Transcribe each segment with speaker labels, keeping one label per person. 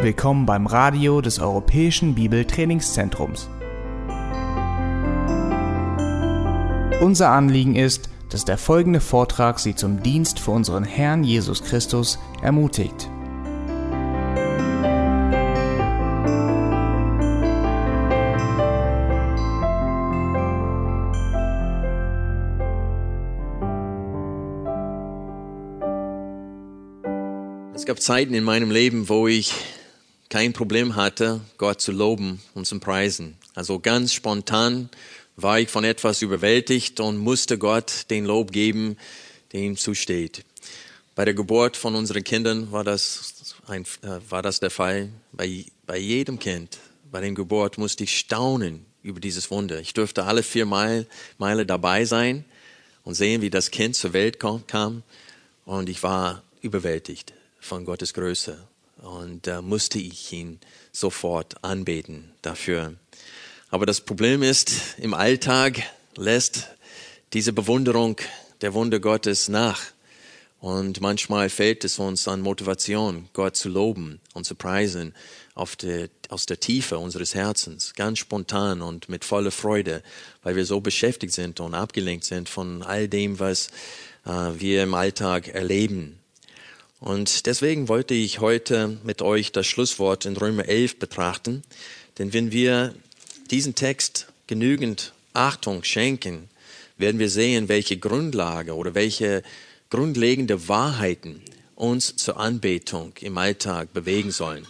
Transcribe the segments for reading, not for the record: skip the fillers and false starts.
Speaker 1: Willkommen beim Radio des Europäischen Bibeltrainingszentrums. Unser Anliegen ist, dass der folgende Vortrag Sie zum Dienst für unseren Herrn Jesus Christus ermutigt.
Speaker 2: Es gab Zeiten in meinem Leben, wo ich kein Problem hatte, Gott zu loben und zu preisen. Also ganz spontan war ich von etwas überwältigt und musste Gott den Lob geben, der ihm zusteht. Bei der Geburt von unseren Kindern war das der Fall. Bei jedem Kind, bei der Geburt musste ich staunen über dieses Wunder. Ich durfte alle 4 Meile dabei sein und sehen, wie das Kind zur Welt kam. Und ich war überwältigt von Gottes Größe. Und musste ich ihn sofort anbeten dafür. Aber das Problem ist, im Alltag lässt diese Bewunderung der Wunder Gottes nach. Und manchmal fehlt es uns an Motivation, Gott zu loben und zu preisen aus der Tiefe unseres Herzens, ganz spontan und mit voller Freude, weil wir so beschäftigt sind und abgelenkt sind von all dem, was wir im Alltag erleben. Und deswegen wollte ich heute mit euch das Schlusswort in Römer 11 betrachten. Denn wenn wir diesen Text genügend Achtung schenken, werden wir sehen, welche Grundlage oder welche grundlegende Wahrheiten uns zur Anbetung im Alltag bewegen sollen.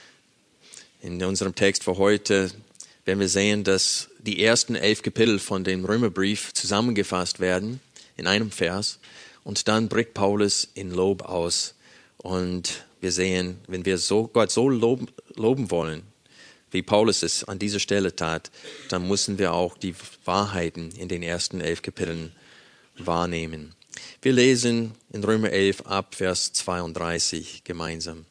Speaker 2: In unserem Text für heute werden wir sehen, dass die ersten 11 Kapitel von dem Römerbrief zusammengefasst werden in einem Vers. Und dann bricht Paulus in Lob aus. Und wir sehen, wenn wir Gott so loben wollen, wie Paulus es an dieser Stelle tat, dann müssen wir auch die Wahrheiten in den ersten 11 Kapiteln wahrnehmen. Wir lesen in Römer 11 ab Vers 32 gemeinsam.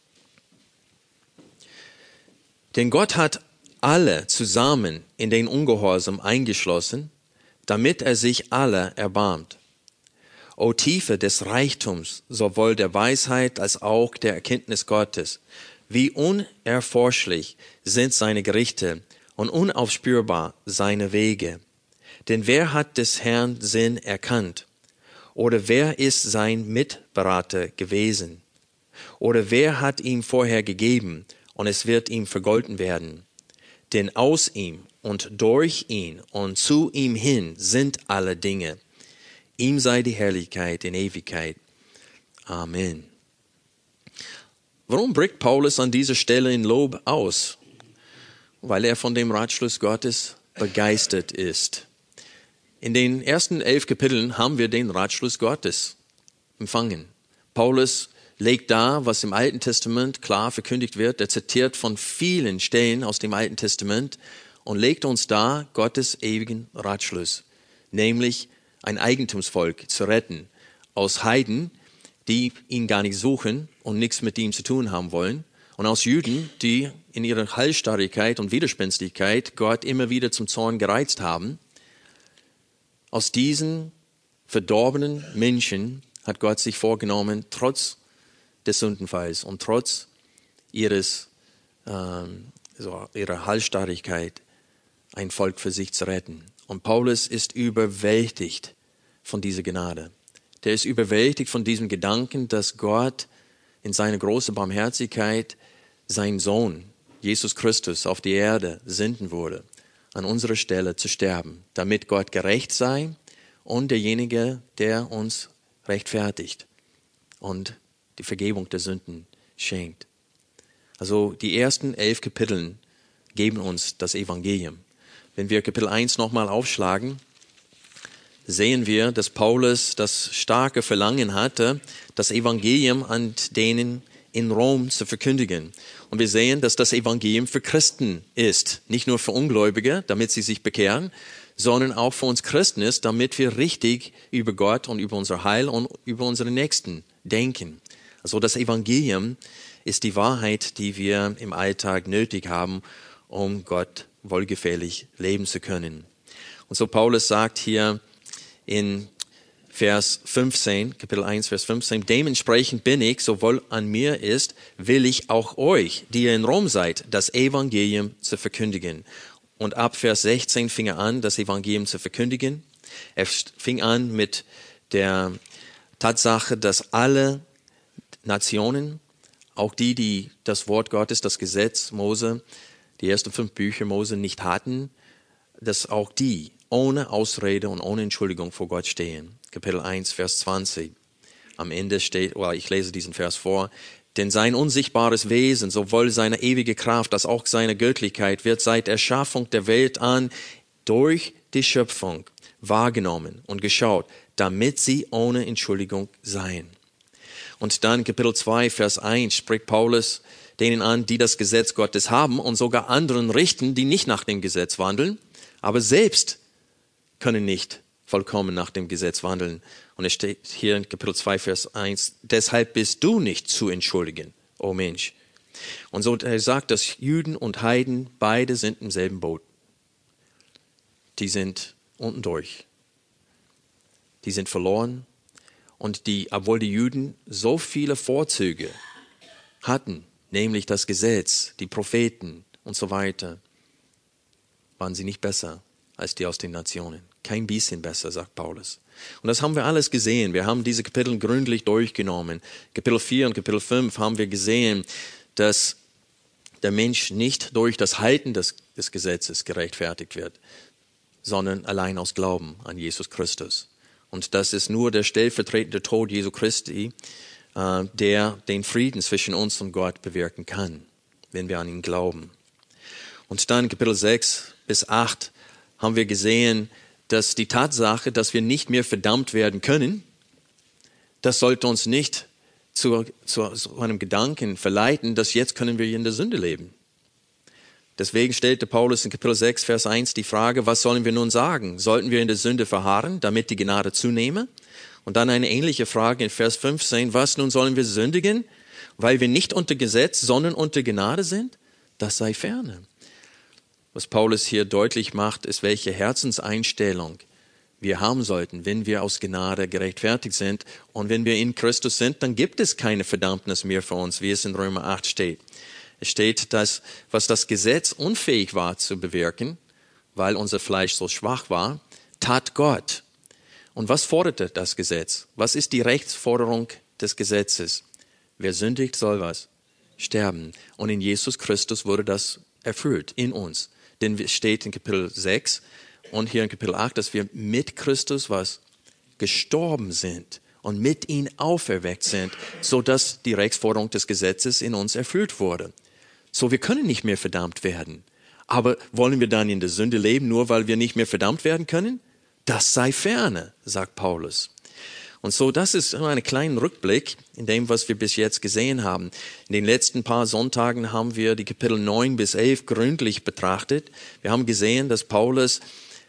Speaker 2: Denn Gott hat alle zusammen in den Ungehorsam eingeschlossen, damit er sich aller erbarmt. O Tiefe des Reichtums, sowohl der Weisheit als auch der Erkenntnis Gottes. Wie unerforschlich sind seine Gerichte und unaufspürbar seine Wege. Denn wer hat des Herrn Sinn erkannt? Oder wer ist sein Mitberater gewesen? Oder wer hat ihm vorher gegeben und es wird ihm vergolten werden? Denn aus ihm und durch ihn und zu ihm hin sind alle Dinge. Ihm sei die Herrlichkeit in Ewigkeit. Amen. Warum bricht Paulus an dieser Stelle in Lob aus? Weil er von dem Ratschluss Gottes begeistert ist. In den ersten 11 Kapiteln haben wir den Ratschluss Gottes empfangen. Paulus legt dar, was im Alten Testament klar verkündigt wird. Er zitiert von vielen Stellen aus dem Alten Testament und legt uns dar Gottes ewigen Ratschluss, nämlich ein Eigentumsvolk zu retten aus Heiden, die ihn gar nicht suchen und nichts mit ihm zu tun haben wollen, und aus Juden, die in ihrer Halsstarrigkeit und Widerspenstigkeit Gott immer wieder zum Zorn gereizt haben. Aus diesen verdorbenen Menschen hat Gott sich vorgenommen, trotz des Sündenfalls und trotz ihrer Halsstarrigkeit ein Volk für sich zu retten. Und Paulus ist überwältigt von dieser Gnade. Der ist überwältigt von diesem Gedanken, dass Gott in seiner großen Barmherzigkeit seinen Sohn, Jesus Christus, auf die Erde senden würde, an unserer Stelle zu sterben, damit Gott gerecht sei und derjenige, der uns rechtfertigt und die Vergebung der Sünden schenkt. Also die ersten 11 Kapiteln geben uns das Evangelium. Wenn wir Kapitel 1 nochmal aufschlagen, sehen wir, dass Paulus das starke Verlangen hatte, das Evangelium an denen in Rom zu verkündigen. Und wir sehen, dass das Evangelium für Christen ist. Nicht nur für Ungläubige, damit sie sich bekehren, sondern auch für uns Christen ist, damit wir richtig über Gott und über unser Heil und über unsere Nächsten denken. Also das Evangelium ist die Wahrheit, die wir im Alltag nötig haben, um Gott wohlgefällig leben zu können. Und so Paulus sagt hier in Vers 15, Kapitel 1, Vers 15. Dementsprechend bin ich, sowohl an mir ist, will ich auch euch, die ihr in Rom seid, das Evangelium zu verkündigen. Und ab Vers 16 fing er an, das Evangelium zu verkündigen. Er fing an mit der Tatsache, dass alle Nationen, auch die das Wort Gottes, das Gesetz Mose, die ersten 5 Bücher Mose nicht hatten, dass auch die ohne Ausrede und ohne Entschuldigung vor Gott stehen. Kapitel 1, Vers 20. Am Ende steht, ich lese diesen Vers vor, denn sein unsichtbares Wesen, sowohl seine ewige Kraft als auch seine Göttlichkeit, wird seit Erschaffung der Welt an durch die Schöpfung wahrgenommen und geschaut, damit sie ohne Entschuldigung seien. Und dann Kapitel 2, Vers 1 spricht Paulus denen an, die das Gesetz Gottes haben und sogar anderen richten, die nicht nach dem Gesetz wandeln, aber selbst können nicht vollkommen nach dem Gesetz wandeln. Und es steht hier in Kapitel 2, Vers 1, deshalb bist du nicht zu entschuldigen, o Mensch. Und so er sagt, dass Juden und Heiden, beide sind im selben Boot. Die sind unten durch. Die sind verloren. Und obwohl die Juden so viele Vorzüge hatten, nämlich das Gesetz, die Propheten und so weiter, waren sie nicht besser als die aus den Nationen. Kein bisschen besser, sagt Paulus. Und das haben wir alles gesehen. Wir haben diese Kapitel gründlich durchgenommen. Kapitel 4 und Kapitel 5 haben wir gesehen, dass der Mensch nicht durch das Halten des Gesetzes gerechtfertigt wird, sondern allein aus Glauben an Jesus Christus. Und das ist nur der stellvertretende Tod Jesu Christi, der den Frieden zwischen uns und Gott bewirken kann, wenn wir an ihn glauben. Und dann Kapitel 6 bis 8 haben wir gesehen, dass die Tatsache, dass wir nicht mehr verdammt werden können, das sollte uns nicht zu einem Gedanken verleiten, dass jetzt können wir in der Sünde leben. Deswegen stellte Paulus in Kapitel 6, Vers 1 die Frage, was sollen wir nun sagen? Sollten wir in der Sünde verharren, damit die Gnade zunehme? Und dann eine ähnliche Frage in Vers 15, was nun sollen wir sündigen, weil wir nicht unter Gesetz, sondern unter Gnade sind? Das sei ferne. Was Paulus hier deutlich macht, ist, welche Herzenseinstellung wir haben sollten, wenn wir aus Gnade gerechtfertigt sind. Und wenn wir in Christus sind, dann gibt es keine Verdammnis mehr für uns, wie es in Römer 8 steht. Es steht, dass was das Gesetz unfähig war zu bewirken, weil unser Fleisch so schwach war, tat Gott. Und was forderte das Gesetz? Was ist die Rechtsforderung des Gesetzes? Wer sündigt, soll was? Sterben. Und in Jesus Christus wurde das erfüllt, in uns. Denn es steht in Kapitel 6 und hier in Kapitel 8, dass wir mit Christus was? Gestorben sind und mit ihm auferweckt sind, sodass die Rechtsforderung des Gesetzes in uns erfüllt wurde. So, wir können nicht mehr verdammt werden. Aber wollen wir dann in der Sünde leben, nur weil wir nicht mehr verdammt werden können? Das sei ferne, sagt Paulus. Und so, das ist ein kleiner Rückblick in dem, was wir bis jetzt gesehen haben. In den letzten paar Sonntagen haben wir die Kapitel 9 bis 11 gründlich betrachtet. Wir haben gesehen, dass Paulus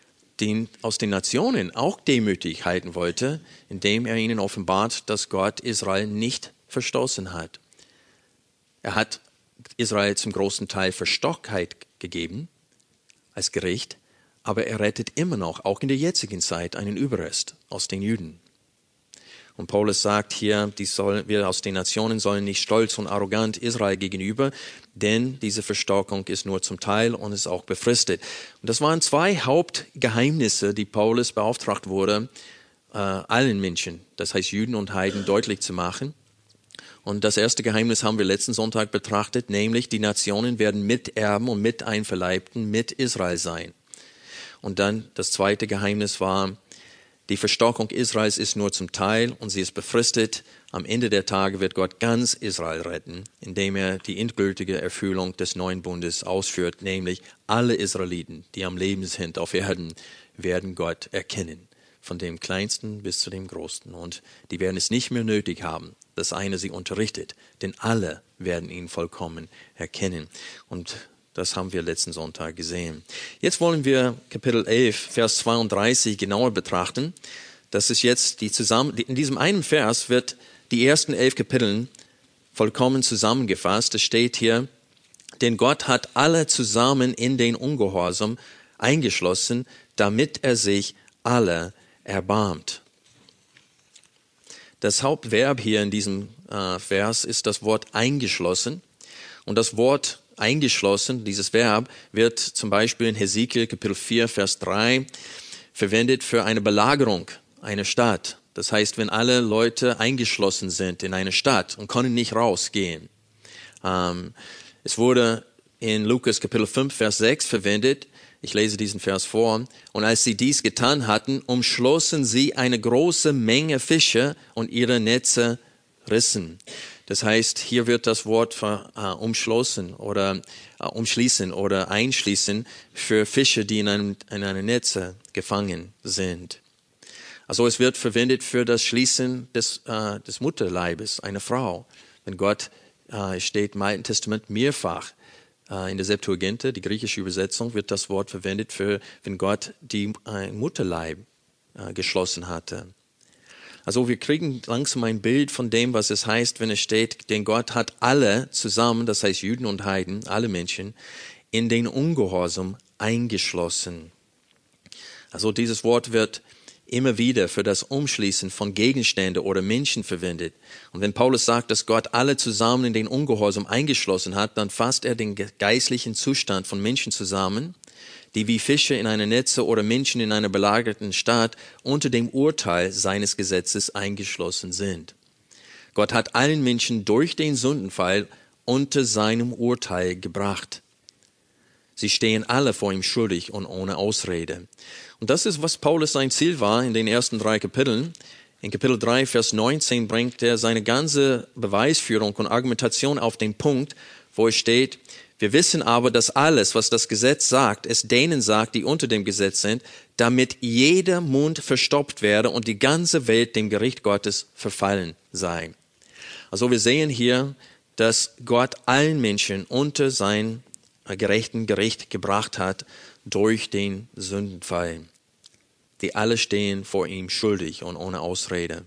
Speaker 2: aus den Nationen auch demütig halten wollte, indem er ihnen offenbart, dass Gott Israel nicht verstoßen hat. Er hat Israel zum großen Teil Verstocktheit gegeben als Gericht, aber er rettet immer noch, auch in der jetzigen Zeit, einen Überrest aus den Juden. Und Paulus sagt hier, wir aus den Nationen sollen nicht stolz und arrogant Israel gegenüber, denn diese Verstockung ist nur zum Teil und ist auch befristet. Und das waren 2 Hauptgeheimnisse, die Paulus beauftragt wurde, allen Menschen, das heißt Juden und Heiden, deutlich zu machen. Und das erste Geheimnis haben wir letzten Sonntag betrachtet, nämlich die Nationen werden Miterben und Miteinverleibten mit Israel sein. Und dann das zweite Geheimnis war, die Verstockung Israels ist nur zum Teil und sie ist befristet. Am Ende der Tage wird Gott ganz Israel retten, indem er die endgültige Erfüllung des neuen Bundes ausführt, nämlich alle Israeliten, die am Leben sind auf Erden, werden Gott erkennen, von dem Kleinsten bis zu dem Großen. Und die werden es nicht mehr nötig haben, dass einer sie unterrichtet, denn alle werden ihn vollkommen erkennen. Und das haben wir letzten Sonntag gesehen. Jetzt wollen wir Kapitel 11, Vers 32 genauer betrachten. Das ist jetzt in diesem einen Vers wird die ersten 11 Kapiteln vollkommen zusammengefasst. Es steht hier, denn Gott hat alle zusammen in den Ungehorsam eingeschlossen, damit er sich alle erbarmt. Das Hauptverb hier in diesem Vers ist das Wort eingeschlossen. Und das Wort eingeschlossen, dieses Verb, wird zum Beispiel in Hesekiel Kapitel 4, Vers 3 verwendet für eine Belagerung einer Stadt. Das heißt, wenn alle Leute eingeschlossen sind in eine Stadt und können nicht rausgehen. Es wurde in Lukas Kapitel 5, Vers 6 verwendet. Ich lese diesen Vers vor. Und als sie dies getan hatten, umschlossen sie eine große Menge Fische und ihre Netze rissen. Das heißt, hier wird das Wort umschließen oder einschließen für Fische, die in einer Netze gefangen sind. Also es wird verwendet für das Schließen des Mutterleibes einer Frau. Wenn Gott steht im Alten Testament mehrfach in der Septuaginta, die griechische Übersetzung, wird das Wort verwendet für, wenn Gott die Mutterleib geschlossen hatte. Also wir kriegen langsam ein Bild von dem, was es heißt, wenn es steht, denn Gott hat alle zusammen, das heißt Juden und Heiden, alle Menschen, in den Ungehorsam eingeschlossen. Also dieses Wort wird immer wieder für das Umschließen von Gegenständen oder Menschen verwendet. Und wenn Paulus sagt, dass Gott alle zusammen in den Ungehorsam eingeschlossen hat, dann fasst er den geistlichen Zustand von Menschen zusammen, die wie Fische in einer Netze oder Menschen in einer belagerten Stadt unter dem Urteil seines Gesetzes eingeschlossen sind. Gott hat allen Menschen durch den Sündenfall unter seinem Urteil gebracht. Sie stehen alle vor ihm schuldig und ohne Ausrede. Und das ist, was Paulus sein Ziel war in den ersten 3 Kapiteln. In Kapitel 3, Vers 19 bringt er seine ganze Beweisführung und Argumentation auf den Punkt, wo es steht, wir wissen aber, dass alles, was das Gesetz sagt, es denen sagt, die unter dem Gesetz sind, damit jeder Mund verstopft werde und die ganze Welt dem Gericht Gottes verfallen sei. Also wir sehen hier, dass Gott allen Menschen unter sein gerechten Gericht gebracht hat durch den Sündenfall. Die alle stehen vor ihm schuldig und ohne Ausrede.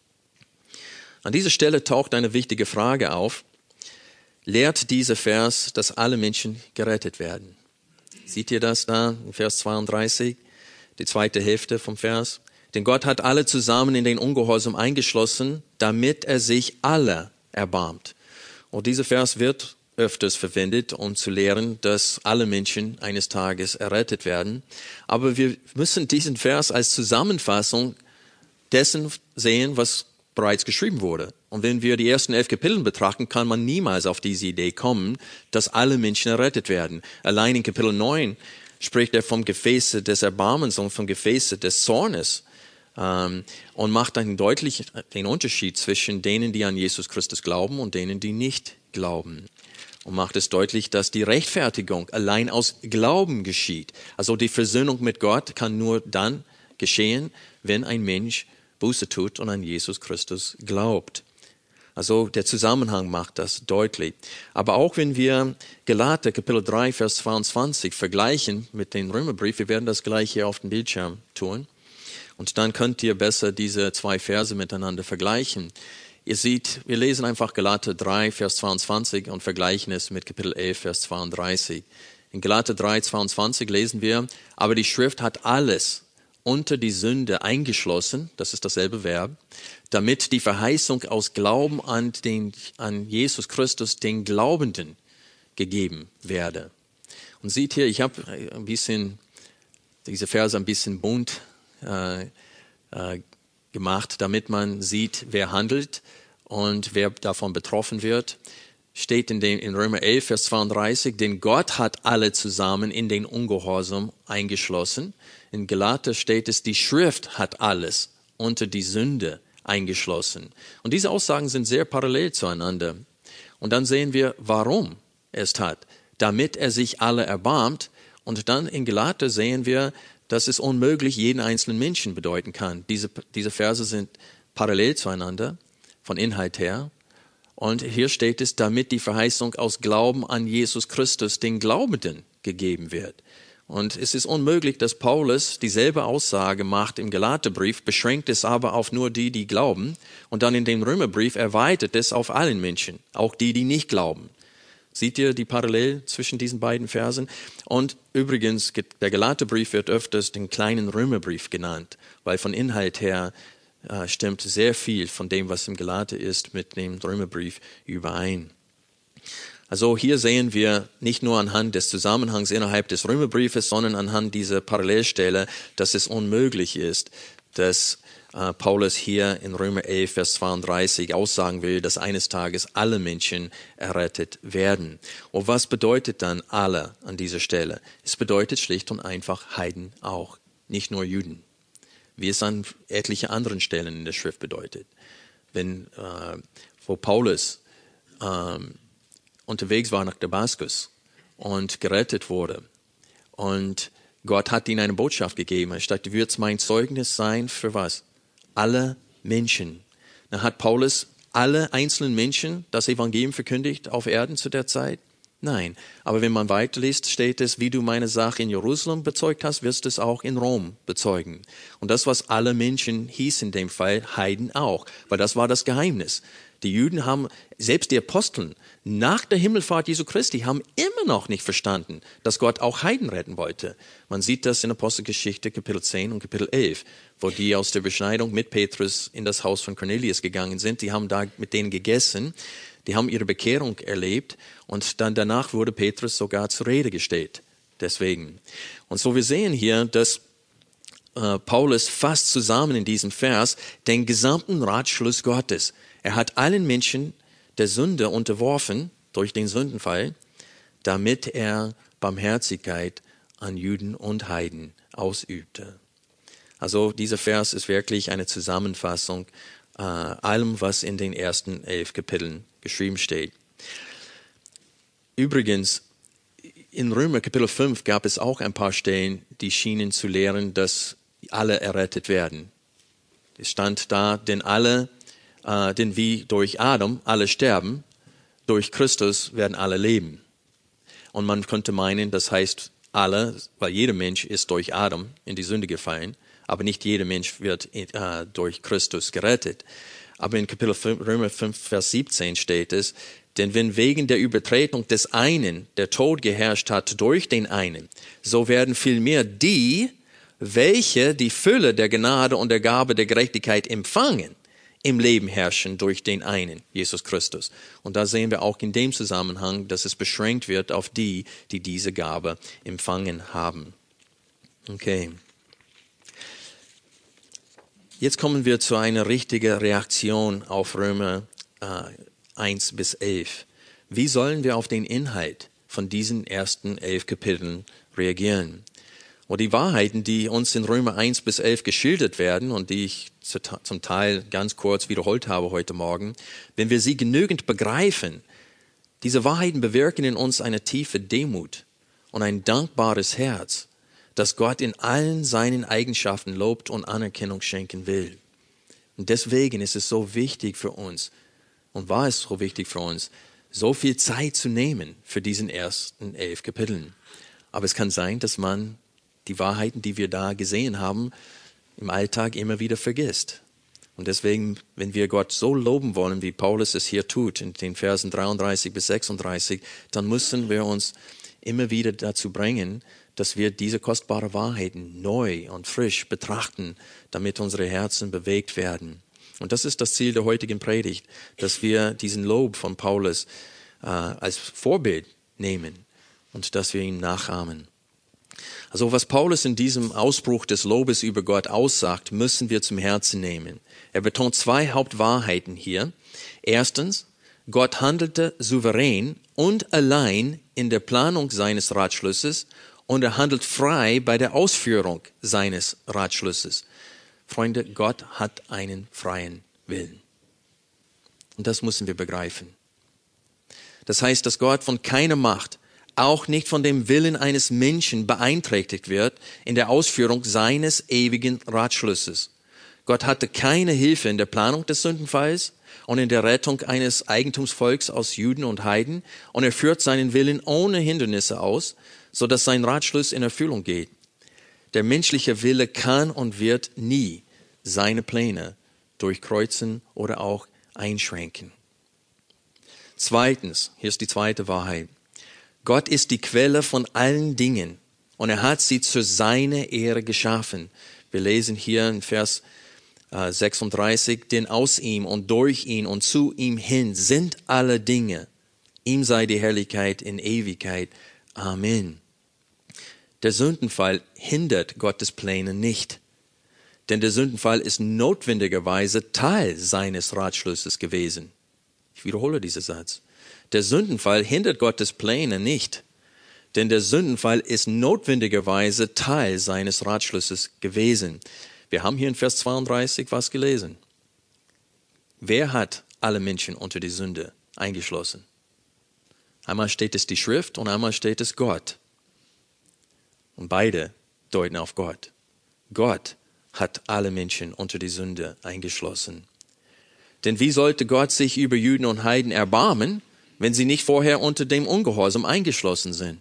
Speaker 2: An dieser Stelle taucht eine wichtige Frage auf. Lehrt dieser Vers, dass alle Menschen gerettet werden? Seht ihr das da in Vers 32, die zweite Hälfte vom Vers? Denn Gott hat alle zusammen in den Ungehorsam eingeschlossen, damit er sich alle erbarmt. Und dieser Vers wird öfters verwendet, um zu lehren, dass alle Menschen eines Tages errettet werden. Aber wir müssen diesen Vers als Zusammenfassung dessen sehen, was bereits geschrieben wurde. Und wenn wir die ersten 11 Kapitel betrachten, kann man niemals auf diese Idee kommen, dass alle Menschen errettet werden. Allein in Kapitel 9 spricht er vom Gefäße des Erbarmens und vom Gefäße des Zornes und macht dann deutlich den Unterschied zwischen denen, die an Jesus Christus glauben und denen, die nicht glauben. Und macht es deutlich, dass die Rechtfertigung allein aus Glauben geschieht. Also die Versöhnung mit Gott kann nur dann geschehen, wenn ein Mensch Buße tut und an Jesus Christus glaubt. Also der Zusammenhang macht das deutlich. Aber auch wenn wir Galater Kapitel 3, Vers 22 vergleichen mit dem Römerbrief, wir werden das gleich hier auf dem Bildschirm tun. Und dann könnt ihr besser diese 2 Verse miteinander vergleichen. Ihr seht, wir lesen einfach Galater 3, Vers 22 und vergleichen es mit Kapitel 11, Vers 32. In Galater 3, 22 lesen wir, aber die Schrift hat alles unter die Sünde eingeschlossen, das ist dasselbe Verb, damit die Verheißung aus Glauben an Jesus Christus den Glaubenden gegeben werde. Und seht hier, ich habe diese Verse ein bisschen bunt gemacht, damit man sieht, wer handelt und wer davon betroffen wird. Steht in Römer 11, Vers 32, denn Gott hat alle zusammen in den Ungehorsam eingeschlossen. In Galater steht es, die Schrift hat alles unter die Sünde eingeschlossen. Und diese Aussagen sind sehr parallel zueinander. Und dann sehen wir, warum er es hat. Damit er sich alle erbarmt. Und dann in Galater sehen wir, dass es unmöglich jeden einzelnen Menschen bedeuten kann. Diese Verse sind parallel zueinander, von Inhalt her. Und hier steht es, damit die Verheißung aus Glauben an Jesus Christus den Glaubenden gegeben wird. Und es ist unmöglich, dass Paulus dieselbe Aussage macht im Galaterbrief, beschränkt es aber auf nur die, die glauben. Und dann in dem Römerbrief erweitert es auf allen Menschen, auch die, die nicht glauben. Seht ihr die Parallel zwischen diesen beiden Versen? Und übrigens, der Galaterbrief wird öfters den kleinen Römerbrief genannt, weil von Inhalt her stimmt sehr viel von dem, was im Galater ist, mit dem Römerbrief überein. Also hier sehen wir nicht nur anhand des Zusammenhangs innerhalb des Römerbriefes, sondern anhand dieser Parallelstelle, dass es unmöglich ist, dass Paulus hier in Römer 11, Vers 32 aussagen will, dass eines Tages alle Menschen errettet werden. Und was bedeutet dann alle an dieser Stelle? Es bedeutet schlicht und einfach Heiden auch, nicht nur Juden, wie es an etlichen anderen Stellen in der Schrift bedeutet. Wo Paulus unterwegs war nach Damaskus und gerettet wurde und Gott hat ihm eine Botschaft gegeben. Er sagte, wird mein Zeugnis sein für was? Alle Menschen. Dann hat Paulus alle einzelnen Menschen das Evangelium verkündigt auf Erden zu der Zeit? Nein. Aber wenn man weiterliest, steht es, wie du meine Sache in Jerusalem bezeugt hast, wirst du es auch in Rom bezeugen. Und das, was alle Menschen hieß in dem Fall, Heiden auch. Weil das war das Geheimnis. Die Juden haben, selbst die Aposteln, nach der Himmelfahrt Jesu Christi, haben immer noch nicht verstanden, dass Gott auch Heiden retten wollte. Man sieht das in Apostelgeschichte Kapitel 10 und Kapitel 11, wo die aus der Beschneidung mit Petrus in das Haus von Cornelius gegangen sind. Die haben da mit denen gegessen, die haben ihre Bekehrung erlebt und dann danach wurde Petrus sogar zur Rede gestellt. Deswegen. Und so wir sehen hier, dass Paulus fasst zusammen in diesem Vers den gesamten Ratschluss Gottes. Er hat allen Menschen der Sünde unterworfen durch den Sündenfall, damit er Barmherzigkeit an Juden und Heiden ausübte. Also dieser Vers ist wirklich eine Zusammenfassung allem, was in den ersten 11 Kapiteln geschrieben steht. Übrigens, in Römer Kapitel 5 gab es auch ein paar Stellen, die schienen zu lehren, dass alle errettet werden. Es stand da, denn wie durch Adam alle sterben, durch Christus werden alle leben. Und man könnte meinen, das heißt alle, weil jeder Mensch ist durch Adam in die Sünde gefallen, aber nicht jeder Mensch wird durch Christus gerettet. Aber in Kapitel 5, Römer 5, Vers 17 steht es, denn wenn wegen der Übertretung des einen der Tod geherrscht hat durch den einen, so werden vielmehr die, welche die Fülle der Gnade und der Gabe der Gerechtigkeit empfangen, im Leben herrschen durch den einen, Jesus Christus. Und da sehen wir auch in dem Zusammenhang, dass es beschränkt wird auf die, die diese Gabe empfangen haben. Okay. Jetzt kommen wir zu einer richtigen Reaktion auf Römer 1 bis 11. Wie sollen wir auf den Inhalt von diesen ersten 11 Kapiteln reagieren? Und die Wahrheiten, die uns in Römer 1 bis 11 geschildert werden und die ich zum Teil ganz kurz wiederholt habe heute Morgen, wenn wir sie genügend begreifen, diese Wahrheiten bewirken in uns eine tiefe Demut und ein dankbares Herz, das Gott in allen seinen Eigenschaften lobt und Anerkennung schenken will. Und deswegen ist es so wichtig für uns, und war es so wichtig für uns, so viel Zeit zu nehmen für diesen ersten 11 Kapiteln. Aber es kann sein, dass man die Wahrheiten, die wir da gesehen haben, im Alltag immer wieder vergisst. Und deswegen, wenn wir Gott so loben wollen, wie Paulus es hier tut, in den Versen 33 bis 36, dann müssen wir uns immer wieder dazu bringen, dass wir diese kostbaren Wahrheiten neu und frisch betrachten, damit unsere Herzen bewegt werden. Und das ist das Ziel der heutigen Predigt, dass wir diesen Lob von Paulus als Vorbild nehmen und dass wir ihn nachahmen. Also was Paulus in diesem Ausbruch des Lobes über Gott aussagt, müssen wir zum Herzen nehmen. Er betont 2 Hauptwahrheiten hier. Erstens, Gott handelte souverän und allein in der Planung seines Ratschlusses und er handelt frei bei der Ausführung seines Ratschlusses. Freunde, Gott hat einen freien Willen. Und das müssen wir begreifen. Das heißt, dass Gott von keiner Macht, auch nicht von dem Willen eines Menschen beeinträchtigt wird in der Ausführung seines ewigen Ratschlusses. Gott hatte keine Hilfe in der Planung des Sündenfalls und in der Rettung eines Eigentumsvolks aus Juden und Heiden und er führt seinen Willen ohne Hindernisse aus, so dass sein Ratschluss in Erfüllung geht. Der menschliche Wille kann und wird nie seine Pläne durchkreuzen oder auch einschränken. Zweitens, hier ist die zweite Wahrheit. Gott ist die Quelle von allen Dingen und er hat sie zu seiner Ehre geschaffen. Wir lesen hier in Vers 36, denn aus ihm und durch ihn und zu ihm hin sind alle Dinge. Ihm sei die Herrlichkeit in Ewigkeit. Amen. Der Sündenfall hindert Gottes Pläne nicht. Denn der Sündenfall ist notwendigerweise Teil seines Ratschlusses gewesen. Ich wiederhole diesen Satz. Der Sündenfall hindert Gottes Pläne nicht. Denn der Sündenfall ist notwendigerweise Teil seines Ratschlusses gewesen. Wir haben hier in Vers 32 was gelesen. Wer hat alle Menschen unter die Sünde eingeschlossen? Einmal steht es die Schrift und einmal steht es Gott. Und beide deuten auf Gott. Gott hat alle Menschen unter die Sünde eingeschlossen. Denn wie sollte Gott sich über Juden und Heiden erbarmen, wenn sie nicht vorher unter dem Ungehorsam eingeschlossen sind?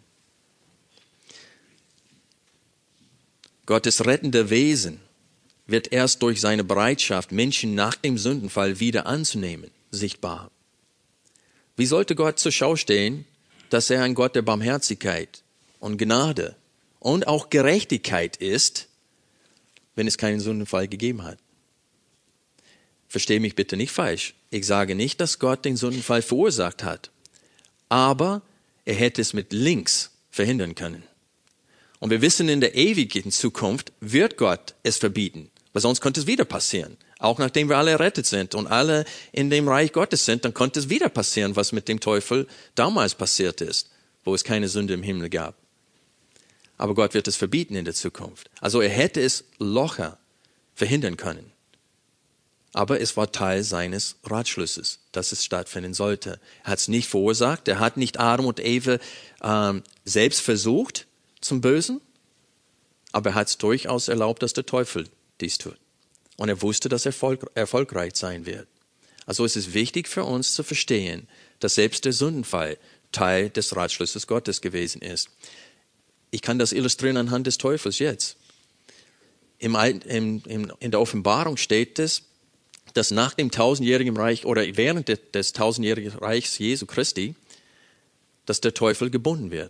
Speaker 2: Gottes rettende Wesen wird erst durch seine Bereitschaft, Menschen nach dem Sündenfall wieder anzunehmen, sichtbar. Wie sollte Gott zur Schau stehen, dass er ein Gott der Barmherzigkeit und Gnade und auch Gerechtigkeit ist, wenn es keinen Sündenfall gegeben hat? Verstehe mich bitte nicht falsch. Ich sage nicht, dass Gott den Sündenfall verursacht hat. Aber er hätte es mit links verhindern können. Und wir wissen, in der ewigen Zukunft wird Gott es verbieten. Weil sonst könnte es wieder passieren. Auch nachdem wir alle errettet sind und alle in dem Reich Gottes sind, dann könnte es wieder passieren, was mit dem Teufel damals passiert ist, wo es keine Sünde im Himmel gab. Aber Gott wird es verbieten in der Zukunft. Also er hätte es locker verhindern können. Aber es war Teil seines Ratschlusses, dass es stattfinden sollte. Er hat es nicht verursacht. Er hat nicht Adam und Eva selbst versucht zum Bösen. Aber er hat es durchaus erlaubt, dass der Teufel dies tut. Und er wusste, dass er erfolgreich sein wird. Also es ist wichtig für uns zu verstehen, dass selbst der Sündenfall Teil des Ratschlusses Gottes gewesen ist. Ich kann das illustrieren anhand des Teufels jetzt. In der Offenbarung steht es, dass nach dem 1000-jährigen Reich oder während des 1000-jährigen Reichs Jesu Christi, dass der Teufel gebunden wird.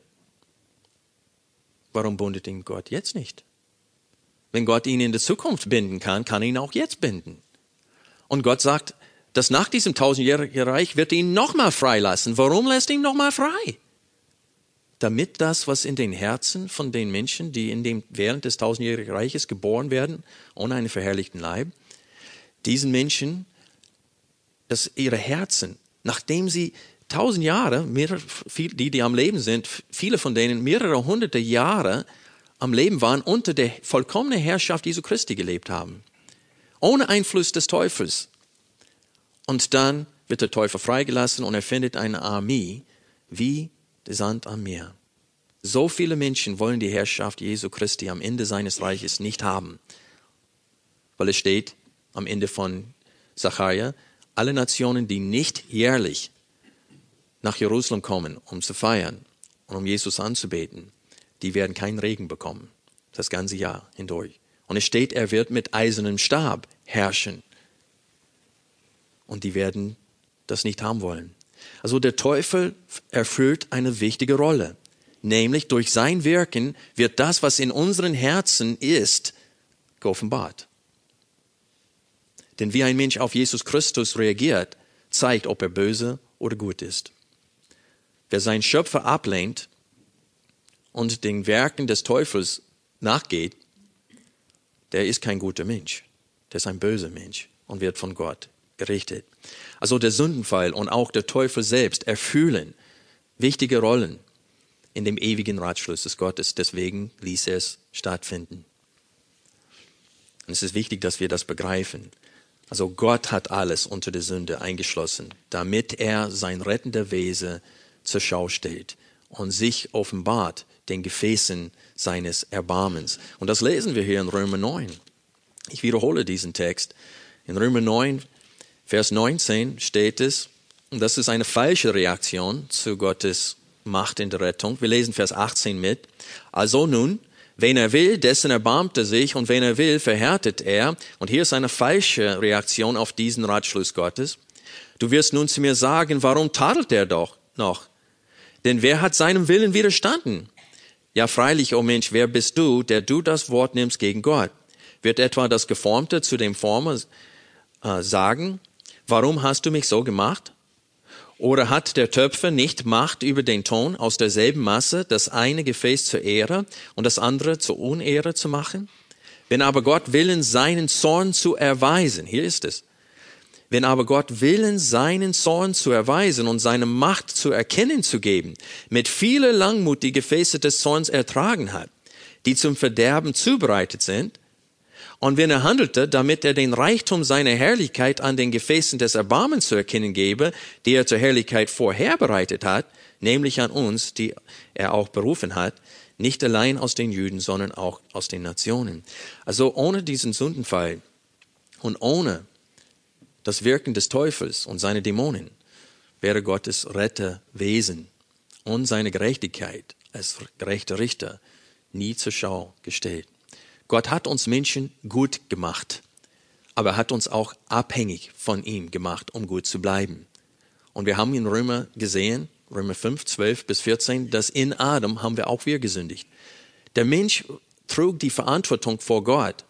Speaker 2: Warum bundet ihn Gott jetzt nicht? Wenn Gott ihn in der Zukunft binden kann, kann er ihn auch jetzt binden. Und Gott sagt, dass nach diesem 1000-jährigen Reich wird er ihn nochmal freilassen. Warum lässt er ihn nochmal frei? Damit das, was in den Herzen von den Menschen, die während des 1000-jährigen Reiches geboren werden, ohne einen verherrlichten Leib, diesen Menschen, dass ihre Herzen, nachdem sie 1000 Jahre, die am Leben sind, viele von denen mehrere hunderte Jahre am Leben waren, unter der vollkommenen Herrschaft Jesu Christi gelebt haben. Ohne Einfluss des Teufels. Und dann wird der Teufel freigelassen und er findet eine Armee wie der Sand am Meer. So viele Menschen wollen die Herrschaft Jesu Christi am Ende seines Reiches nicht haben. Weil es steht am Ende von Sacharja, alle Nationen, die nicht jährlich nach Jerusalem kommen, um zu feiern und um Jesus anzubeten, die werden keinen Regen bekommen, das ganze Jahr hindurch. Und es steht, er wird mit eisernem Stab herrschen. Und die werden das nicht haben wollen. Also der Teufel erfüllt eine wichtige Rolle. Nämlich durch sein Wirken wird das, was in unseren Herzen ist, geoffenbart. Denn wie ein Mensch auf Jesus Christus reagiert, zeigt, ob er böse oder gut ist. Wer seinen Schöpfer ablehnt und den Werken des Teufels nachgeht, der ist kein guter Mensch. Der ist ein böser Mensch und wird von Gott gerichtet. Also der Sündenfall und auch der Teufel selbst erfüllen wichtige Rollen in dem ewigen Ratschluss des Gottes. Deswegen ließ er es stattfinden. Und es ist wichtig, dass wir das begreifen. Also Gott hat alles unter der Sünde eingeschlossen, damit er sein rettender Wesen zur Schau stellt und sich offenbart den Gefäßen seines Erbarmens. Und das lesen wir hier in Römer 9. Ich wiederhole diesen Text. In Römer 9, Vers 19 steht es, und das ist eine falsche Reaktion zu Gottes Macht in der Rettung. Wir lesen Vers 18 mit. Also nun, wen er will, dessen erbarmt er sich, und wen er will, verhärtet er. Und hier ist eine falsche Reaktion auf diesen Ratschluss Gottes. Du wirst nun zu mir sagen, warum tadelt er doch noch? Denn wer hat seinem Willen widerstanden? Ja, freilich, o Mensch, wer bist du, der du das Wort nimmst gegen Gott? Wird etwa das Geformte zu dem Former sagen, warum hast du mich so gemacht? Oder hat der Töpfer nicht Macht über den Ton, aus derselben Masse das eine Gefäß zur Ehre und das andere zur Unehre zu machen? Wenn aber Gott willens, seinen Zorn zu erweisen, hier ist es, wenn aber Gott willens, seinen Zorn zu erweisen und seine Macht zu erkennen zu geben, mit viele Langmut die Gefäße des Zorns ertragen hat, die zum Verderben zubereitet sind, und wenn er handelte, damit er den Reichtum seiner Herrlichkeit an den Gefäßen des Erbarmens zu erkennen gebe, die er zur Herrlichkeit vorherbereitet hat, nämlich an uns, die er auch berufen hat, nicht allein aus den Juden, sondern auch aus den Nationen. Also ohne diesen Sündenfall und ohne das Wirken des Teufels und seine Dämonen wäre Gottes Retterwesen und seine Gerechtigkeit als gerechter Richter nie zur Schau gestellt. Gott hat uns Menschen gut gemacht, aber er hat uns auch abhängig von ihm gemacht, um gut zu bleiben. Und wir haben in Römer gesehen, Römer 5, 12 bis 14, dass in Adam haben wir auch wir gesündigt. Der Mensch trug die Verantwortung vor Gott,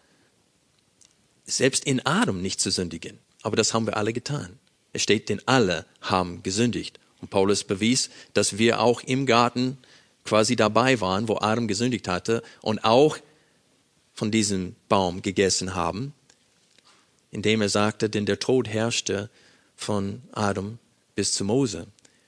Speaker 2: selbst in Adam nicht zu sündigen. Aber das haben wir alle getan. Es steht, denn alle haben gesündigt. Und Paulus bewies, dass wir auch im Garten quasi dabei waren, wo Adam gesündigt hatte und auch von diesem Baum gegessen haben, indem er sagte, denn der Tod herrschte von Adam bis zu Mose.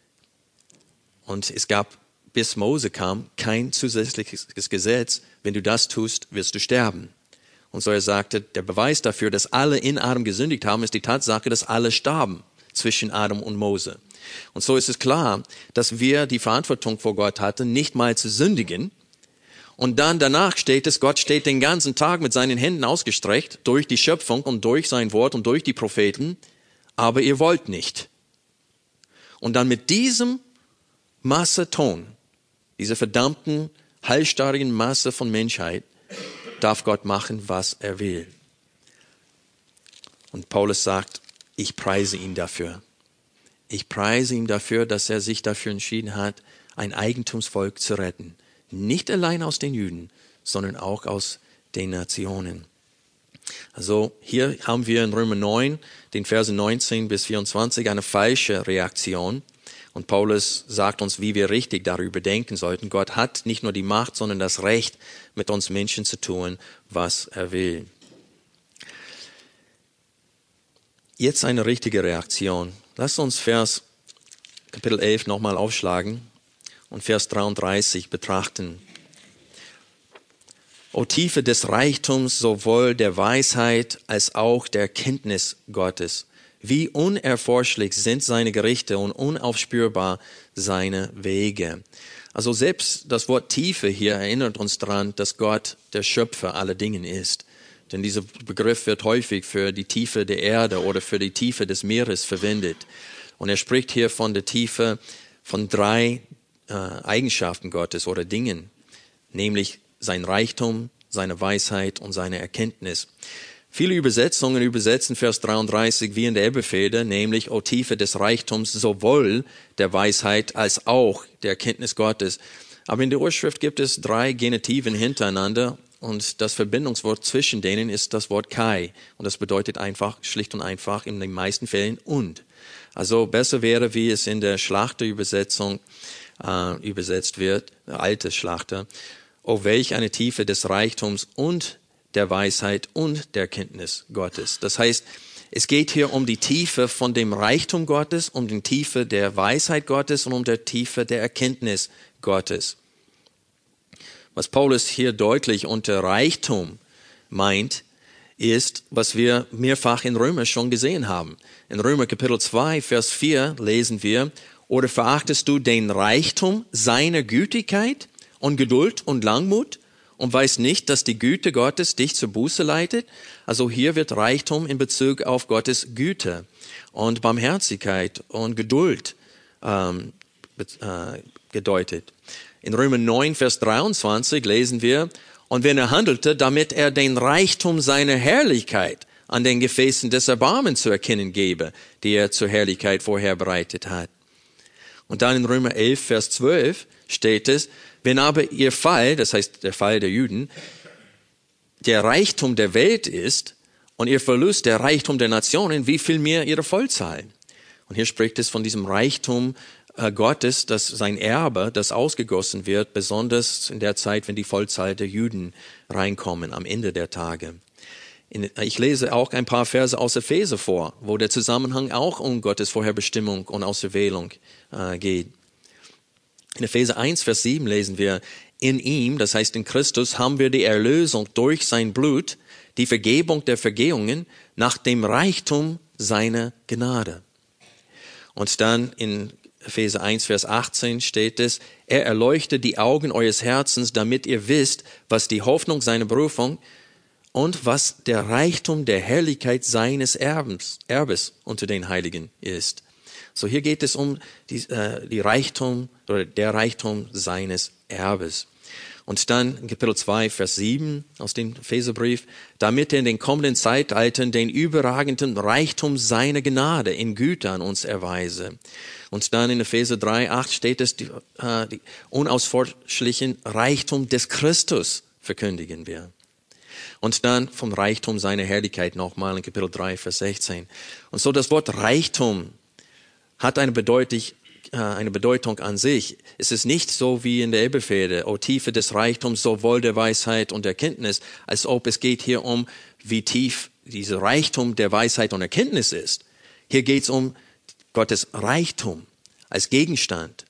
Speaker 2: Und es gab, bis Mose kam, kein zusätzliches Gesetz, wenn du das tust, wirst du sterben. Und so er sagte, der Beweis dafür, dass alle in Adam gesündigt haben, ist die Tatsache, dass alle starben zwischen Adam und Mose. Und so ist es klar, dass wir die Verantwortung vor Gott hatten, nicht mal zu sündigen. Und dann danach steht es, Gott steht den ganzen Tag mit seinen Händen ausgestreckt durch die Schöpfung und durch sein Wort und durch die Propheten, aber ihr wollt nicht. Und dann mit diesem Masse Ton, dieser verdammten, halsstarrigen Masse von Menschheit, darf Gott machen, was er will. Und Paulus sagt, ich preise ihn dafür. Ich preise ihn dafür, dass er sich dafür entschieden hat, ein Eigentumsvolk zu retten. Nicht allein aus den Juden, sondern auch aus den Nationen. Also hier haben wir in Römer 9, den Versen 19 bis 24, eine falsche Reaktion. Und Paulus sagt uns, wie wir richtig darüber denken sollten. Gott hat nicht nur die Macht, sondern das Recht, mit uns Menschen zu tun, was er will. Jetzt eine richtige Reaktion. Lasst uns Kapitel 11 nochmal aufschlagen und Vers 33 betrachten. O Tiefe des Reichtums, sowohl der Weisheit als auch der Kenntnis Gottes. Wie unerforschlich sind seine Gerichte und unaufspürbar seine Wege. Also selbst das Wort Tiefe hier erinnert uns daran, dass Gott der Schöpfer aller Dinge ist. Denn dieser Begriff wird häufig für die Tiefe der Erde oder für die Tiefe des Meeres verwendet. Und er spricht hier von der Tiefe von 3 Eigenschaften Gottes oder Dingen, nämlich sein Reichtum, seine Weisheit und seine Erkenntnis. Viele Übersetzungen übersetzen Vers 33 wie in der Elberfelder, nämlich O Tiefe des Reichtums, sowohl der Weisheit als auch der Erkenntnis Gottes. Aber in der Urschrift gibt es 3 Genitiven hintereinander und das Verbindungswort zwischen denen ist das Wort Kai. Und das bedeutet einfach, schlicht und einfach, in den meisten Fällen und. Also besser wäre, wie es in der Schlachterübersetzung übersetzt wird, alte Schlachter, O welch eine Tiefe des Reichtums und der Weisheit und der Kenntnis Gottes. Das heißt, es geht hier um die Tiefe von dem Reichtum Gottes, um die Tiefe der Weisheit Gottes und um die Tiefe der Erkenntnis Gottes. Was Paulus hier deutlich unter Reichtum meint, ist, was wir mehrfach in Römer schon gesehen haben. In Römer Kapitel 2, Vers 4 lesen wir, oder verachtest du den Reichtum seiner Gütigkeit und Geduld und Langmut und weißt nicht, dass die Güte Gottes dich zur Buße leitet? Also hier wird Reichtum in Bezug auf Gottes Güte und Barmherzigkeit und Geduld gedeutet. In Römer 9, Vers 23 lesen wir, und wenn er handelte, damit er den Reichtum seiner Herrlichkeit an den Gefäßen des Erbarmens zu erkennen gebe, die er zur Herrlichkeit vorherbereitet hat. Und dann in Römer 11, Vers 12 steht es, wenn aber ihr Fall, das heißt der Fall der Juden, der Reichtum der Welt ist und ihr Verlust der Reichtum der Nationen, wie viel mehr ihre Vollzahl. Und hier spricht es von diesem Reichtum Gottes, dass sein Erbe, das ausgegossen wird, besonders in der Zeit, wenn die Vollzahl der Juden reinkommen, am Ende der Tage. Ich lese auch ein paar Verse aus Epheser vor, wo der Zusammenhang auch um Gottes Vorherbestimmung und Auserwählung geht. In Epheser 1, Vers 7 lesen wir, in ihm, das heißt in Christus, haben wir die Erlösung durch sein Blut, die Vergebung der Vergehungen nach dem Reichtum seiner Gnade. Und dann in Epheser 1, Vers 18 steht es, er erleuchtet die Augen eures Herzens, damit ihr wisst, was die Hoffnung seiner Berufung und was der Reichtum der Herrlichkeit seines Erbes unter den Heiligen ist. So hier geht es um die Reichtum oder der Reichtum seines Erbes. Und dann in Kapitel 2, Vers 7 aus dem Epheserbrief, damit er in den kommenden Zeitaltern den überragenden Reichtum seiner Gnade in Güte an uns erweise. Und dann in Epheser 3, 8 steht es, die unausforschlichen Reichtum des Christus verkündigen wir. Und dann vom Reichtum seiner Herrlichkeit nochmal in Kapitel 3, Vers 16. Und so das Wort Reichtum hat eine Bedeutung an sich. Es ist nicht so wie in der Elberfelder, o Tiefe des Reichtums, sowohl der Weisheit und Erkenntnis, als ob es geht hier um, wie tief dieser Reichtum der Weisheit und Erkenntnis ist. Hier geht es um Gottes Reichtum als Gegenstand.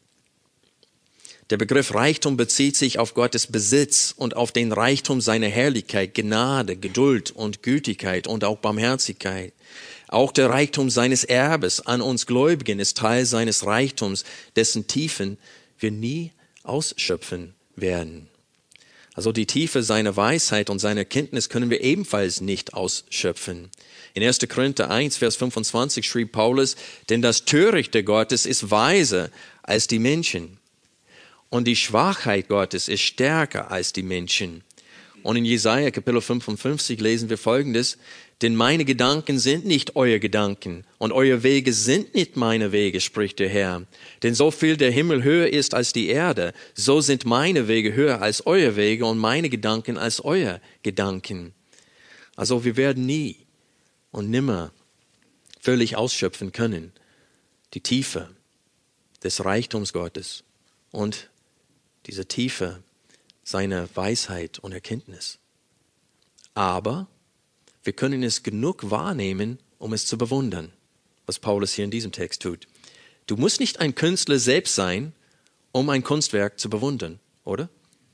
Speaker 2: Der Begriff Reichtum bezieht sich auf Gottes Besitz und auf den Reichtum seiner Herrlichkeit, Gnade, Geduld und Gütigkeit und auch Barmherzigkeit. Auch der Reichtum seines Erbes an uns Gläubigen ist Teil seines Reichtums, dessen Tiefen wir nie ausschöpfen werden. Also die Tiefe seiner Weisheit und seiner Kenntnis können wir ebenfalls nicht ausschöpfen. In 1. Korinther 1, Vers 25 schrieb Paulus, denn das Törichte Gottes ist weiser als die Menschen und die Schwachheit Gottes ist stärker als die Menschen. Und in Jesaja Kapitel 55 lesen wir Folgendes, denn meine Gedanken sind nicht euer Gedanken und eure Wege sind nicht meine Wege, spricht der Herr. Denn so viel der Himmel höher ist als die Erde, so sind meine Wege höher als eure Wege und meine Gedanken als euer Gedanken. Also wir werden nie und nimmer völlig ausschöpfen können die Tiefe des Reichtums Gottes und diese Tiefe seiner Weisheit und Erkenntnis. Aber wir können es genug wahrnehmen, um es zu bewundern, was Paulus hier in diesem Text tut. Du musst nicht ein Künstler selbst sein, um ein Kunstwerk zu bewundern, oder?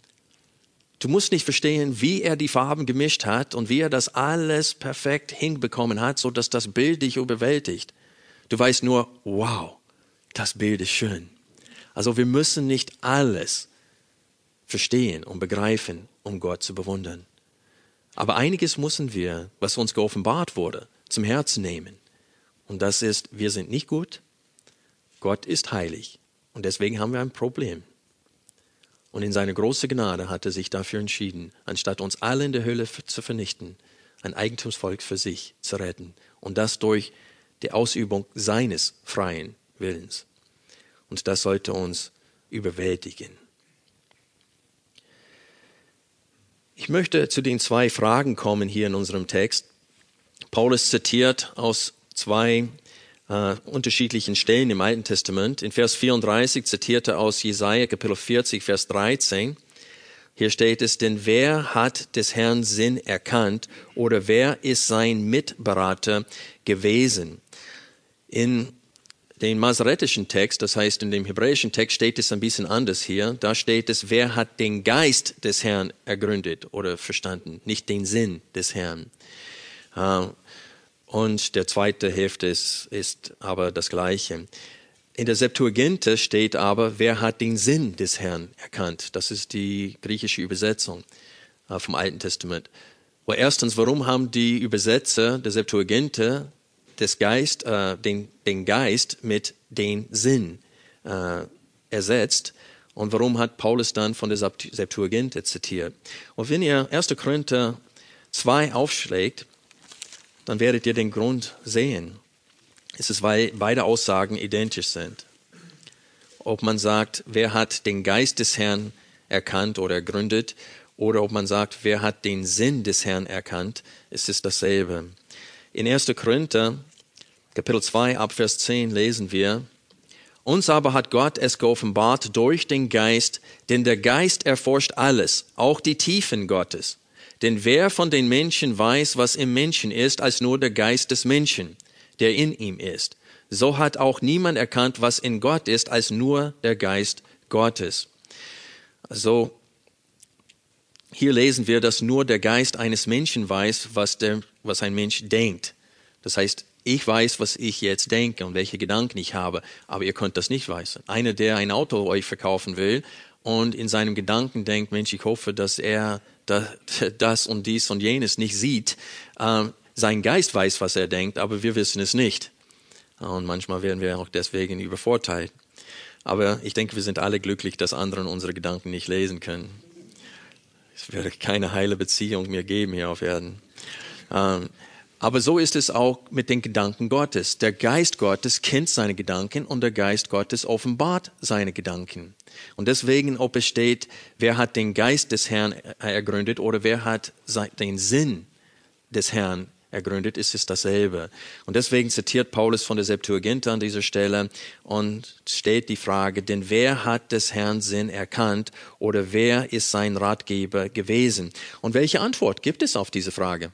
Speaker 2: Du musst nicht verstehen, wie er die Farben gemischt hat und wie er das alles perfekt hinbekommen hat, so dass das Bild dich überwältigt. Du weißt nur, wow, das Bild ist schön. Also wir müssen nicht alles verstehen und begreifen, um Gott zu bewundern. Aber einiges müssen wir, was uns geoffenbart wurde, zum Herzen nehmen. Und das ist, wir sind nicht gut, Gott ist heilig. Und deswegen haben wir ein Problem. Und in seiner großen Gnade hat er sich dafür entschieden, anstatt uns alle in der Hölle zu vernichten, ein Eigentumsvolk für sich zu retten. Und das durch die Ausübung seines freien Willens. Und das sollte uns überwältigen. Ich möchte zu den 2 Fragen kommen hier in unserem Text. Paulus zitiert aus 2 unterschiedlichen Stellen im Alten Testament. In Vers 34 zitiert er aus Jesaja Kapitel 40, Vers 13. Hier steht es, denn wer hat des Herrn Sinn erkannt oder wer ist sein Mitberater gewesen? In dem masoretischen Text, das heißt in dem hebräischen Text steht es ein bisschen anders hier. Da steht es, wer hat den Geist des Herrn ergründet oder verstanden, nicht den Sinn des Herrn. Und der zweite Hälfte ist aber das Gleiche. In der Septuaginta steht aber, wer hat den Sinn des Herrn erkannt. Das ist die griechische Übersetzung vom Alten Testament. Well, erstens, warum haben die Übersetzer der Septuaginta den Geist mit den Sinn ersetzt. Und warum hat Paulus dann von der Septuaginta zitiert? Und wenn ihr 1. Korinther 2 aufschlägt, dann werdet ihr den Grund sehen. Es ist, weil beide Aussagen identisch sind. Ob man sagt, wer hat den Geist des Herrn erkannt oder ergründet, oder ob man sagt, wer hat den Sinn des Herrn erkannt, es ist dasselbe. In 1. Korinther, Kapitel 2, ab Vers 10 lesen wir, uns aber hat Gott es geoffenbart durch den Geist, denn der Geist erforscht alles, auch die Tiefen Gottes. Denn wer von den Menschen weiß, was im Menschen ist, als nur der Geist des Menschen, der in ihm ist? So hat auch niemand erkannt, was in Gott ist, als nur der Geist Gottes. Also, hier lesen wir, dass nur der Geist eines Menschen weiß, was ein Mensch denkt. Das heißt, ich weiß, was ich jetzt denke und welche Gedanken ich habe, aber ihr könnt das nicht wissen. Einer, der ein Auto euch verkaufen will und in seinem Gedanken denkt, Mensch, ich hoffe, dass er das und dies und jenes nicht sieht. Sein Geist weiß, was er denkt, aber wir wissen es nicht. Und manchmal werden wir auch deswegen übervorteilt. Aber ich denke, wir sind alle glücklich, dass andere unsere Gedanken nicht lesen können. Es würde keine heile Beziehung mehr geben hier auf Erden. Aber so ist es auch mit den Gedanken Gottes. Der Geist Gottes kennt seine Gedanken und der Geist Gottes offenbart seine Gedanken. Und deswegen, ob es steht, wer hat den Geist des Herrn ergründet oder wer hat den Sinn des Herrn ergründet, ist es dasselbe. Und deswegen zitiert Paulus von der Septuaginta an dieser Stelle und steht die Frage, denn wer hat des Herrn Sinn erkannt oder wer ist sein Ratgeber gewesen? Und welche Antwort gibt es auf diese Frage?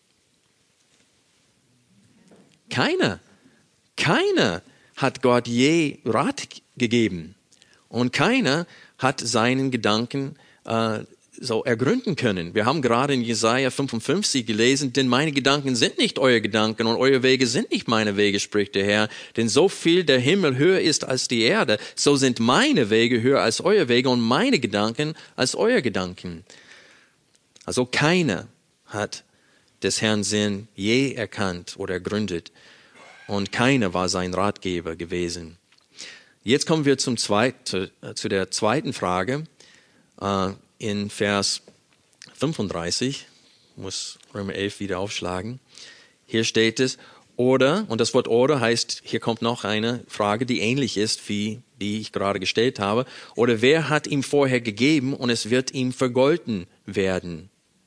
Speaker 2: Keiner hat Gott je Rat gegeben und keiner hat seinen Gedanken so ergründen können. Wir haben gerade in Jesaja 55 gelesen, denn meine Gedanken sind nicht eure Gedanken und eure Wege sind nicht meine Wege, spricht der Herr. Denn so viel der Himmel höher ist als die Erde, so sind meine Wege höher als eure Wege und meine Gedanken als eure Gedanken. Also keiner hat des Herrn Sinn je erkannt oder ergründet und keiner war sein Ratgeber gewesen. Jetzt kommen wir zu der zweiten Frage. In Vers 35, muss Römer 11 wieder aufschlagen. Hier steht es, oder, und das Wort oder heißt, hier kommt noch eine Frage, die ähnlich ist, wie die ich gerade gestellt habe. Oder wer hat ihm vorher gegeben und es wird ihm vergolten werden?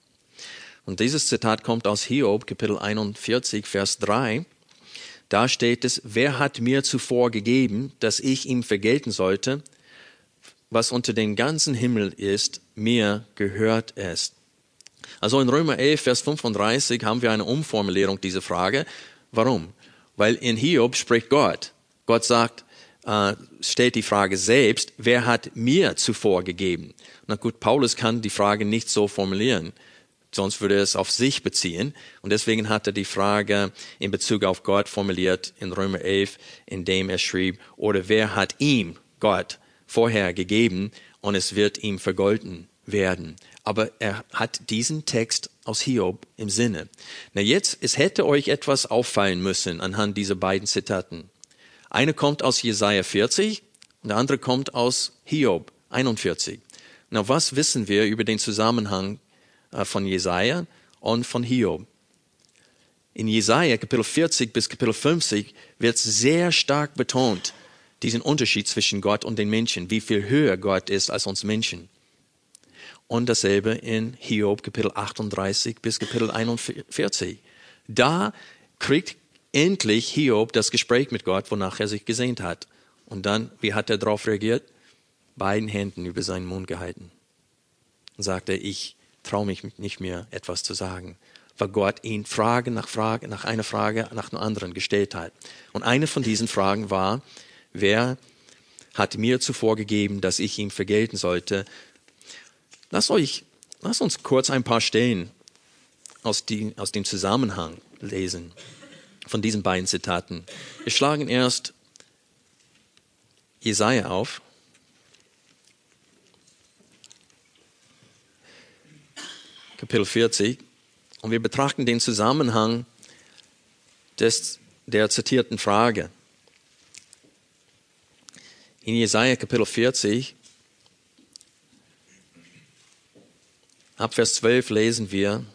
Speaker 2: Und dieses Zitat kommt aus Hiob, Kapitel 41, Vers 3. Da steht es, wer hat mir zuvor gegeben, dass ich ihm vergelten sollte? Was unter den ganzen Himmel ist, mir gehört es. Also in Römer 11, Vers 35 haben wir eine Umformulierung dieser Frage. Warum? Weil in Hiob spricht Gott. Gott sagt, stellt die Frage selbst, wer hat mir zuvor gegeben? Na gut, Paulus kann die Frage nicht so formulieren, sonst würde er es auf sich beziehen. Und deswegen hat er die Frage in Bezug auf Gott formuliert in Römer 11, indem er schrieb, oder wer hat ihm, Gott, vorher gegeben und es wird ihm vergolten werden. Aber er hat diesen Text aus Hiob im Sinne. Na jetzt, es hätte euch etwas auffallen müssen anhand dieser beiden Zitaten. Eine kommt aus Jesaja 40 und der andere kommt aus Hiob 41. Na, was wissen wir über den Zusammenhang von Jesaja und von Hiob? In Jesaja Kapitel 40 bis Kapitel 50 wird sehr stark betont, diesen Unterschied zwischen Gott und den Menschen, wie viel höher Gott ist als uns Menschen. Und dasselbe in Hiob Kapitel 38 bis Kapitel 41. Da kriegt endlich Hiob das Gespräch mit Gott, wonach er sich gesehnt hat. Und dann, wie hat er darauf reagiert? Beiden Händen über seinen Mund gehalten. Und sagte, ich traue mich nicht mehr, etwas zu sagen. Weil Gott ihn Frage nach einer Frage nach einer anderen gestellt hat. Und eine von diesen Fragen war, wer hat mir zuvor gegeben, dass ich ihm vergelten sollte? Lass uns kurz ein paar Stellen aus dem Zusammenhang lesen von diesen beiden Zitaten. Wir schlagen erst Jesaja auf. Kapitel 40. Und wir betrachten den Zusammenhang der zitierten Frage. In Jesaja Kapitel 40, ab Vers 12 lesen wir,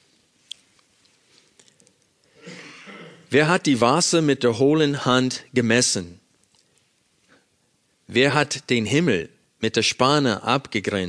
Speaker 2: wer hat die Wasser mit der hohlen Hand gemessen? Wer hat den Himmel mit der Spanne abgegrenzt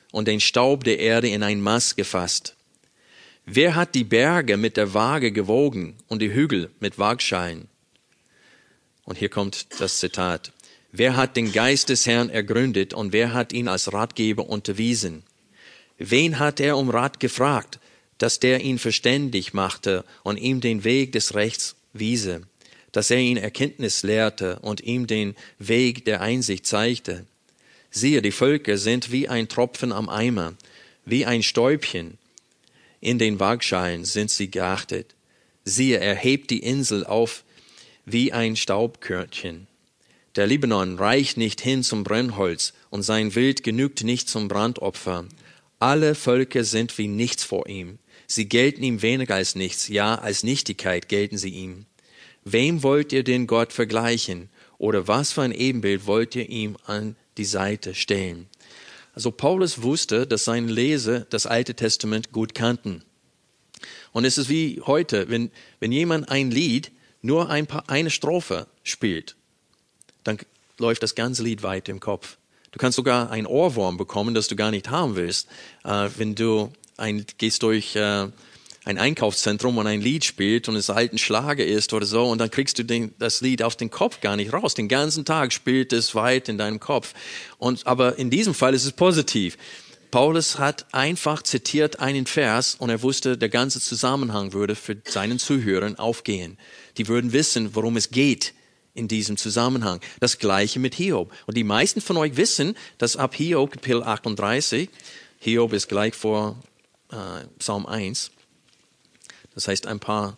Speaker 2: und den Staub der Erde in ein Maß gefasst? Wer hat die Berge mit der Waage gewogen und die Hügel mit Waagschalen? Und hier kommt das Zitat. Wer hat den Geist des Herrn ergründet und wer hat ihn als Ratgeber unterwiesen? Wen hat er um Rat gefragt, dass der ihn verständig machte und ihm den Weg des Rechts wiese, dass er ihn Erkenntnis lehrte und ihm den Weg der Einsicht zeigte? Siehe, die Völker sind wie ein Tropfen am Eimer, wie ein Stäubchen. In den Waagschalen sind sie geachtet. Siehe, er hebt die Insel auf wie ein Staubkörnchen. Der Libanon reicht nicht hin zum Brennholz und sein Wild genügt nicht zum Brandopfer. Alle Völker sind wie nichts vor ihm. Sie gelten ihm weniger als nichts, ja, als Nichtigkeit gelten sie ihm. Wem wollt ihr den Gott vergleichen? Oder was für ein Ebenbild wollt ihr ihm an die Seite stellen? Also Paulus wusste, dass seine Leser das Alte Testament gut kannten. Und es ist wie heute, wenn jemand ein Lied nur eine Strophe spielt, dann läuft das ganze Lied weit im Kopf. Du kannst sogar ein Ohrwurm bekommen, das du gar nicht haben willst, wenn du gehst durch ein Einkaufszentrum und ein Lied spielt und es alten Schlager ist oder so und dann kriegst du das Lied auf den Kopf gar nicht raus. Den ganzen Tag spielt es weit in deinem Kopf. Aber in diesem Fall ist es positiv. Paulus hat einfach zitiert einen Vers und er wusste, der ganze Zusammenhang würde für seinen Zuhörern aufgehen. Die würden wissen, worum es geht in diesem Zusammenhang. Das Gleiche mit Hiob. Und die meisten von euch wissen, dass ab Hiob, Kapitel 38, Hiob ist gleich vor Psalm 1, das heißt ein paar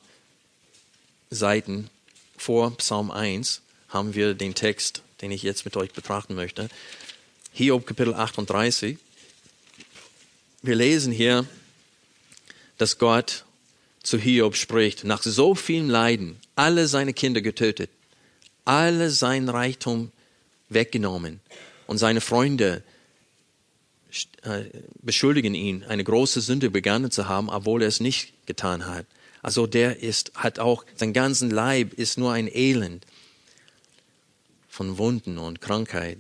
Speaker 2: Seiten vor Psalm 1 haben wir den Text, den ich jetzt mit euch betrachten möchte. Hiob, Kapitel 38. Wir lesen hier, dass Gott zu Hiob spricht, nach so vielen Leiden, alle seine Kinder getötet, alle sein Reichtum weggenommen und seine Freunde beschuldigen ihn, eine große Sünde begangen zu haben, obwohl er es nicht getan hat. Also sein ganzen Leib ist nur ein Elend von Wunden und Krankheit.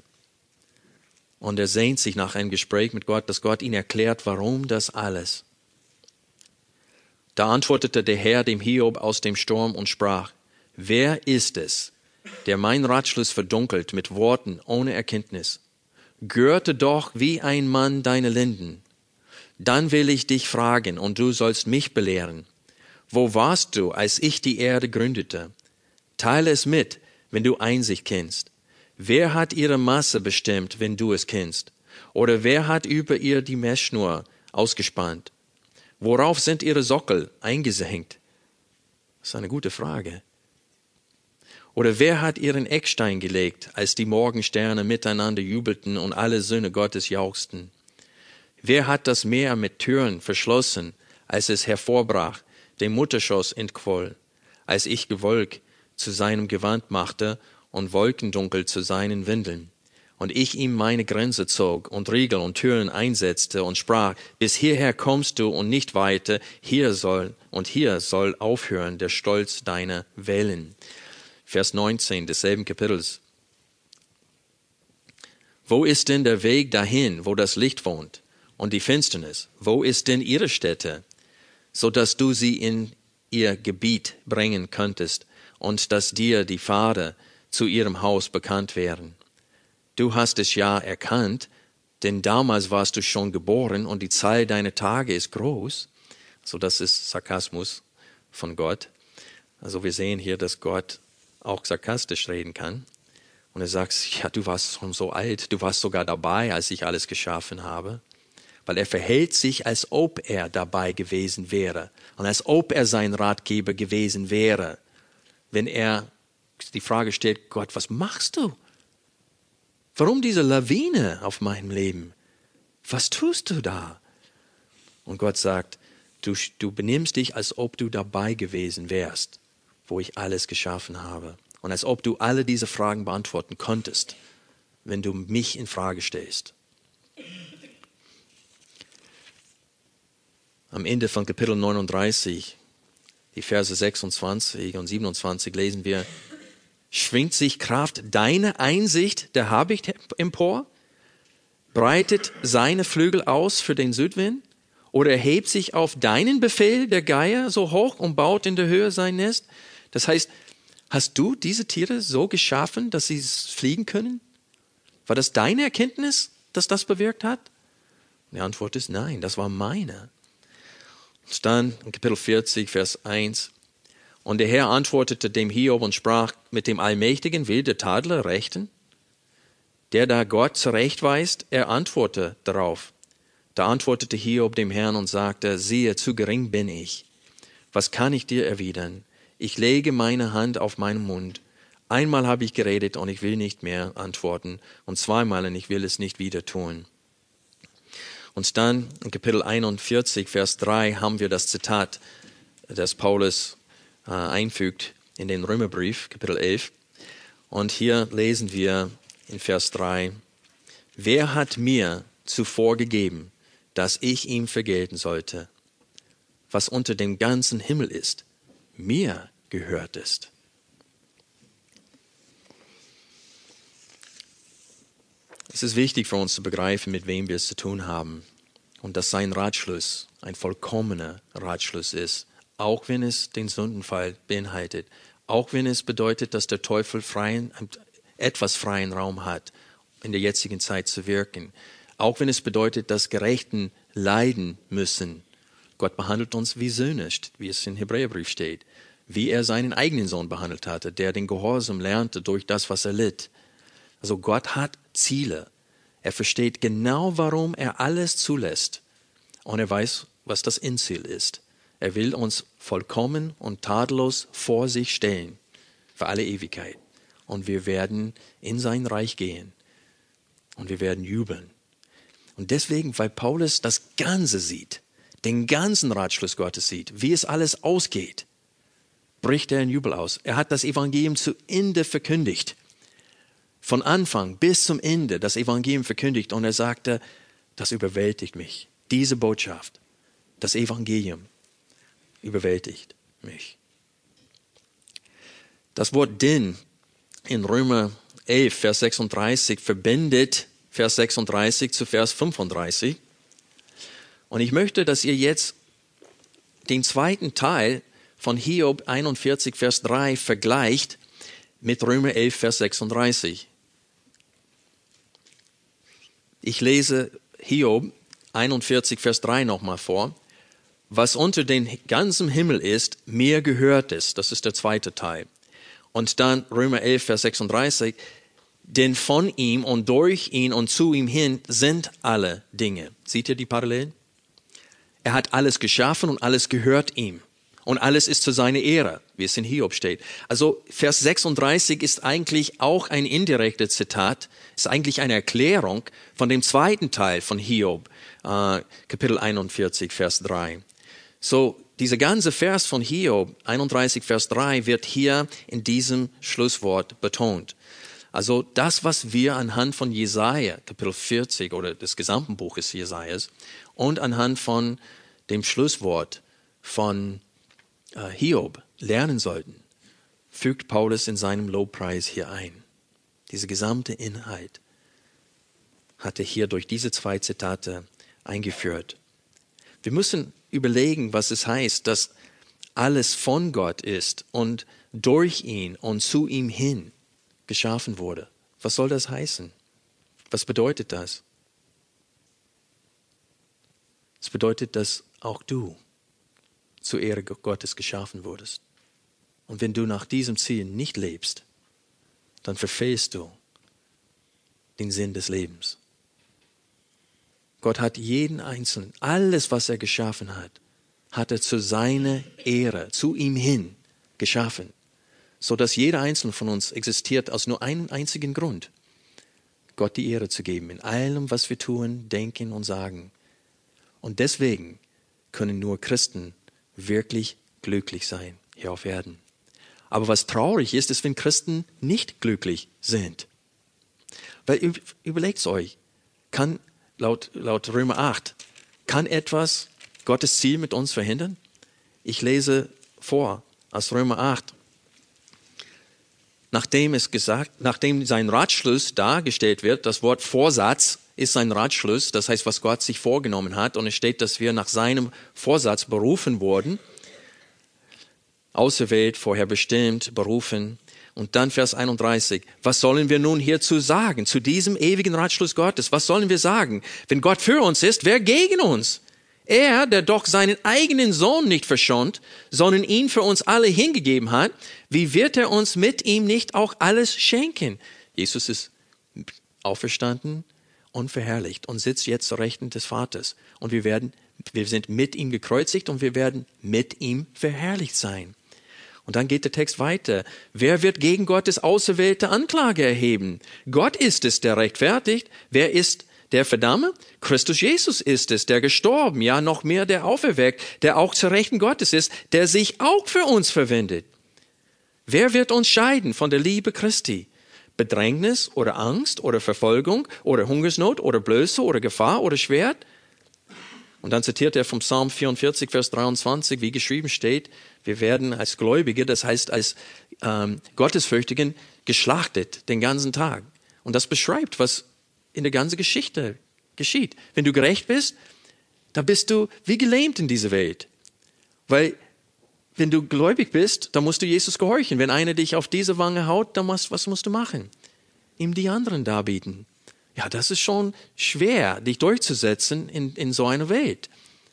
Speaker 2: Und er sehnt sich nach einem Gespräch mit Gott, dass Gott ihn erklärt, warum das alles. Da antwortete der Herr dem Hiob aus dem Sturm und sprach, wer ist es, der mein Ratschluss verdunkelt mit Worten ohne Erkenntnis? Gürte doch wie ein Mann deine Lenden. Dann will ich dich fragen und du sollst mich belehren. Wo warst du, als ich die Erde gründete? Teile es mit, wenn du Einsicht kennst. Wer hat ihre Maße bestimmt, wenn du es kennst? Oder wer hat über ihr die Messschnur ausgespannt? Worauf sind ihre Sockel eingehängt? Das ist eine gute Frage. Oder wer hat ihren Eckstein gelegt, als die Morgensterne miteinander jubelten und alle Söhne Gottes jauchzten? Wer hat das Meer mit Türen verschlossen, als es hervorbrach, dem Mutterschoß entquoll, als ich Gewölk zu seinem Gewand machte und Wolkendunkel zu seinen Windeln? Und ich ihm meine Grenze zog und Riegel und Türen einsetzte und sprach, bis hierher kommst du und nicht weiter, hier soll aufhören der Stolz deiner Wellen. Vers 19 desselben Kapitels. Wo ist denn der Weg dahin, wo das Licht wohnt und die Finsternis? Wo ist denn ihre Stätte, so dass du sie in ihr Gebiet bringen könntest und dass dir die Pfade zu ihrem Haus bekannt wären? Du hast es ja erkannt, denn damals warst du schon geboren und die Zahl deiner Tage ist groß. So, das ist Sarkasmus von Gott. Also wir sehen hier, dass Gott auch sarkastisch reden kann. Und er sagt, ja, du warst schon so alt, du warst sogar dabei, als ich alles geschaffen habe. Weil er verhält sich, als ob er dabei gewesen wäre und als ob er sein Ratgeber gewesen wäre. Wenn er die Frage stellt, Gott, was machst du? Warum diese Lawine auf meinem Leben? Was tust du da? Und Gott sagt, du benimmst dich, als ob du dabei gewesen wärst, wo ich alles geschaffen habe. Und als ob du alle diese Fragen beantworten konntest, wenn du mich in Frage stellst. Am Ende von Kapitel 39, die Verse 26 und 27 lesen wir, schwingt sich Kraft deine Einsicht der Habicht empor? breitet seine Flügel aus für den Südwind? Oder erhebt sich auf deinen Befehl der Geier so hoch und baut in der Höhe sein Nest? Das heißt, hast du diese Tiere so geschaffen, dass sie fliegen können? War das deine Erkenntnis, dass das bewirkt hat? Die Antwort ist nein, das war meine. Und dann in Kapitel 40, Vers 1. Und der Herr antwortete dem Hiob und sprach, mit dem Allmächtigen will der Tadler rechten? Der da Gott zurechtweist, er antworte darauf. Da antwortete Hiob dem Herrn und sagte, siehe, zu gering bin ich. Was kann ich dir erwidern? Ich lege meine Hand auf meinen Mund. Einmal habe ich geredet und ich will nicht mehr antworten. Und zweimal und ich will es nicht wieder tun. Und dann in Kapitel 41, Vers 3 haben wir das Zitat, das Paulus einfügt in den Römerbrief, Kapitel 11. Und hier lesen wir in Vers 3, wer hat mir zuvor gegeben, dass ich ihm vergelten sollte, was unter dem ganzen Himmel ist, mir gehört ist. Es ist wichtig für uns zu begreifen, mit wem wir es zu tun haben und dass sein Ratschluss ein vollkommener Ratschluss ist, auch wenn es den Sündenfall beinhaltet, auch wenn es bedeutet, dass der Teufel etwas freien Raum hat, in der jetzigen Zeit zu wirken. Auch wenn es bedeutet, dass Gerechten leiden müssen. Gott behandelt uns wie Söhne, wie es im Hebräerbrief steht. Wie er seinen eigenen Sohn behandelt hatte, der den Gehorsam lernte durch das, was er litt. Also Gott hat Ziele. Er versteht genau, warum er alles zulässt. Und er weiß, was das Endziel ist. Er will uns vollkommen und tadellos vor sich stellen. Für alle Ewigkeit. Und wir werden in sein Reich gehen. Und wir werden jubeln. Und deswegen, weil Paulus das Ganze sieht, den ganzen Ratschluss Gottes sieht, wie es alles ausgeht, bricht er in Jubel aus. Er hat das Evangelium zu Ende verkündigt. Von Anfang bis zum Ende das Evangelium verkündigt. Und er sagte, das überwältigt mich. Diese Botschaft, das Evangelium, überwältigt mich. Das Wort denn in Römer 11, Vers 36 verbindet Vers 36 zu Vers 35. Und ich möchte, dass ihr jetzt den zweiten Teil von Hiob 41, Vers 3 vergleicht mit Römer 11, Vers 36. Ich lese Hiob 41, Vers 3 nochmal vor. Was unter dem ganzen Himmel ist, mir gehört es. Das ist der zweite Teil. Und dann Römer 11, Vers 36. Denn von ihm und durch ihn und zu ihm hin sind alle Dinge. Seht ihr die Parallelen? Er hat alles geschaffen und alles gehört ihm. Und alles ist zu seiner Ehre, wie es in Hiob steht. Also Vers 36 ist eigentlich auch ein indirektes Zitat, ist eigentlich eine Erklärung von dem zweiten Teil von Hiob, Kapitel 41, Vers 3. So, dieser ganze Vers von Hiob, 31, Vers 3, wird hier in diesem Schlusswort betont. Also das, was wir anhand von Jesaja, Kapitel 40 oder des gesamten Buches Jesajas und anhand von dem Schlusswort von Hiob lernen sollten, fügt Paulus in seinem Lobpreis hier ein. Diese gesamte Inhalt hat er hier durch diese zwei Zitate eingeführt. Wir müssen überlegen, was es heißt, dass alles von Gott ist und durch ihn und zu ihm hin geschaffen wurde. Was soll das heißen? Was bedeutet das? Es bedeutet, dass auch du zur Ehre Gottes geschaffen wurdest. Und wenn du nach diesem Ziel nicht lebst, dann verfehlst du den Sinn des Lebens. Gott hat jeden Einzelnen, alles, was er geschaffen hat, hat er zu seiner Ehre, zu ihm hin geschaffen, sodass jeder Einzelne von uns existiert aus nur einem einzigen Grund, Gott die Ehre zu geben, in allem, was wir tun, denken und sagen. Und deswegen können nur Christen wirklich glücklich sein hier auf Erden. Aber was traurig ist, ist, wenn Christen nicht glücklich sind. Weil überlegt euch, kann laut Römer 8, kann etwas Gottes Ziel mit uns verhindern? Ich lese vor aus Römer 8. Nachdem sein Ratschluss dargestellt wird, das Wort Vorsatz ist sein Ratschluss, das heißt, was Gott sich vorgenommen hat. Und es steht, dass wir nach seinem Vorsatz berufen wurden, auserwählt, vorherbestimmt, berufen. Und dann Vers 31. Was sollen wir nun hierzu sagen, zu diesem ewigen Ratschluss Gottes? Was sollen wir sagen? Wenn Gott für uns ist, wer gegen uns? Er, der doch seinen eigenen Sohn nicht verschont, sondern ihn für uns alle hingegeben hat, wie wird er uns mit ihm nicht auch alles schenken? Jesus ist auferstanden und verherrlicht und sitzt jetzt zur Rechten des Vaters. Und wir sind mit ihm gekreuzigt und wir werden mit ihm verherrlicht sein. Und dann geht der Text weiter. Wer wird gegen Gottes auserwählte Anklage erheben? Gott ist es, der rechtfertigt. Wer ist der Verdammer? Christus Jesus ist es, der gestorben, ja noch mehr, der auferweckt, der auch zur Rechten Gottes ist, der sich auch für uns verwendet. Wer wird uns scheiden von der Liebe Christi? Bedrängnis oder Angst oder Verfolgung oder Hungersnot oder Blöße oder Gefahr oder Schwert? Und dann zitiert er vom Psalm 44, Vers 23, wie geschrieben steht, wir werden als Gläubige, das heißt als Gottesfürchtigen, geschlachtet den ganzen Tag. Und das beschreibt, was in der ganzen Geschichte geschieht. Wenn du gerecht bist, dann bist du wie gelähmt in dieser Welt. Weil wenn du gläubig bist, dann musst du Jesus gehorchen. Wenn einer dich auf diese Wange haut, dann was musst du machen? Ihm die anderen darbieten. Ja, das ist schon schwer, dich durchzusetzen in so einer Welt.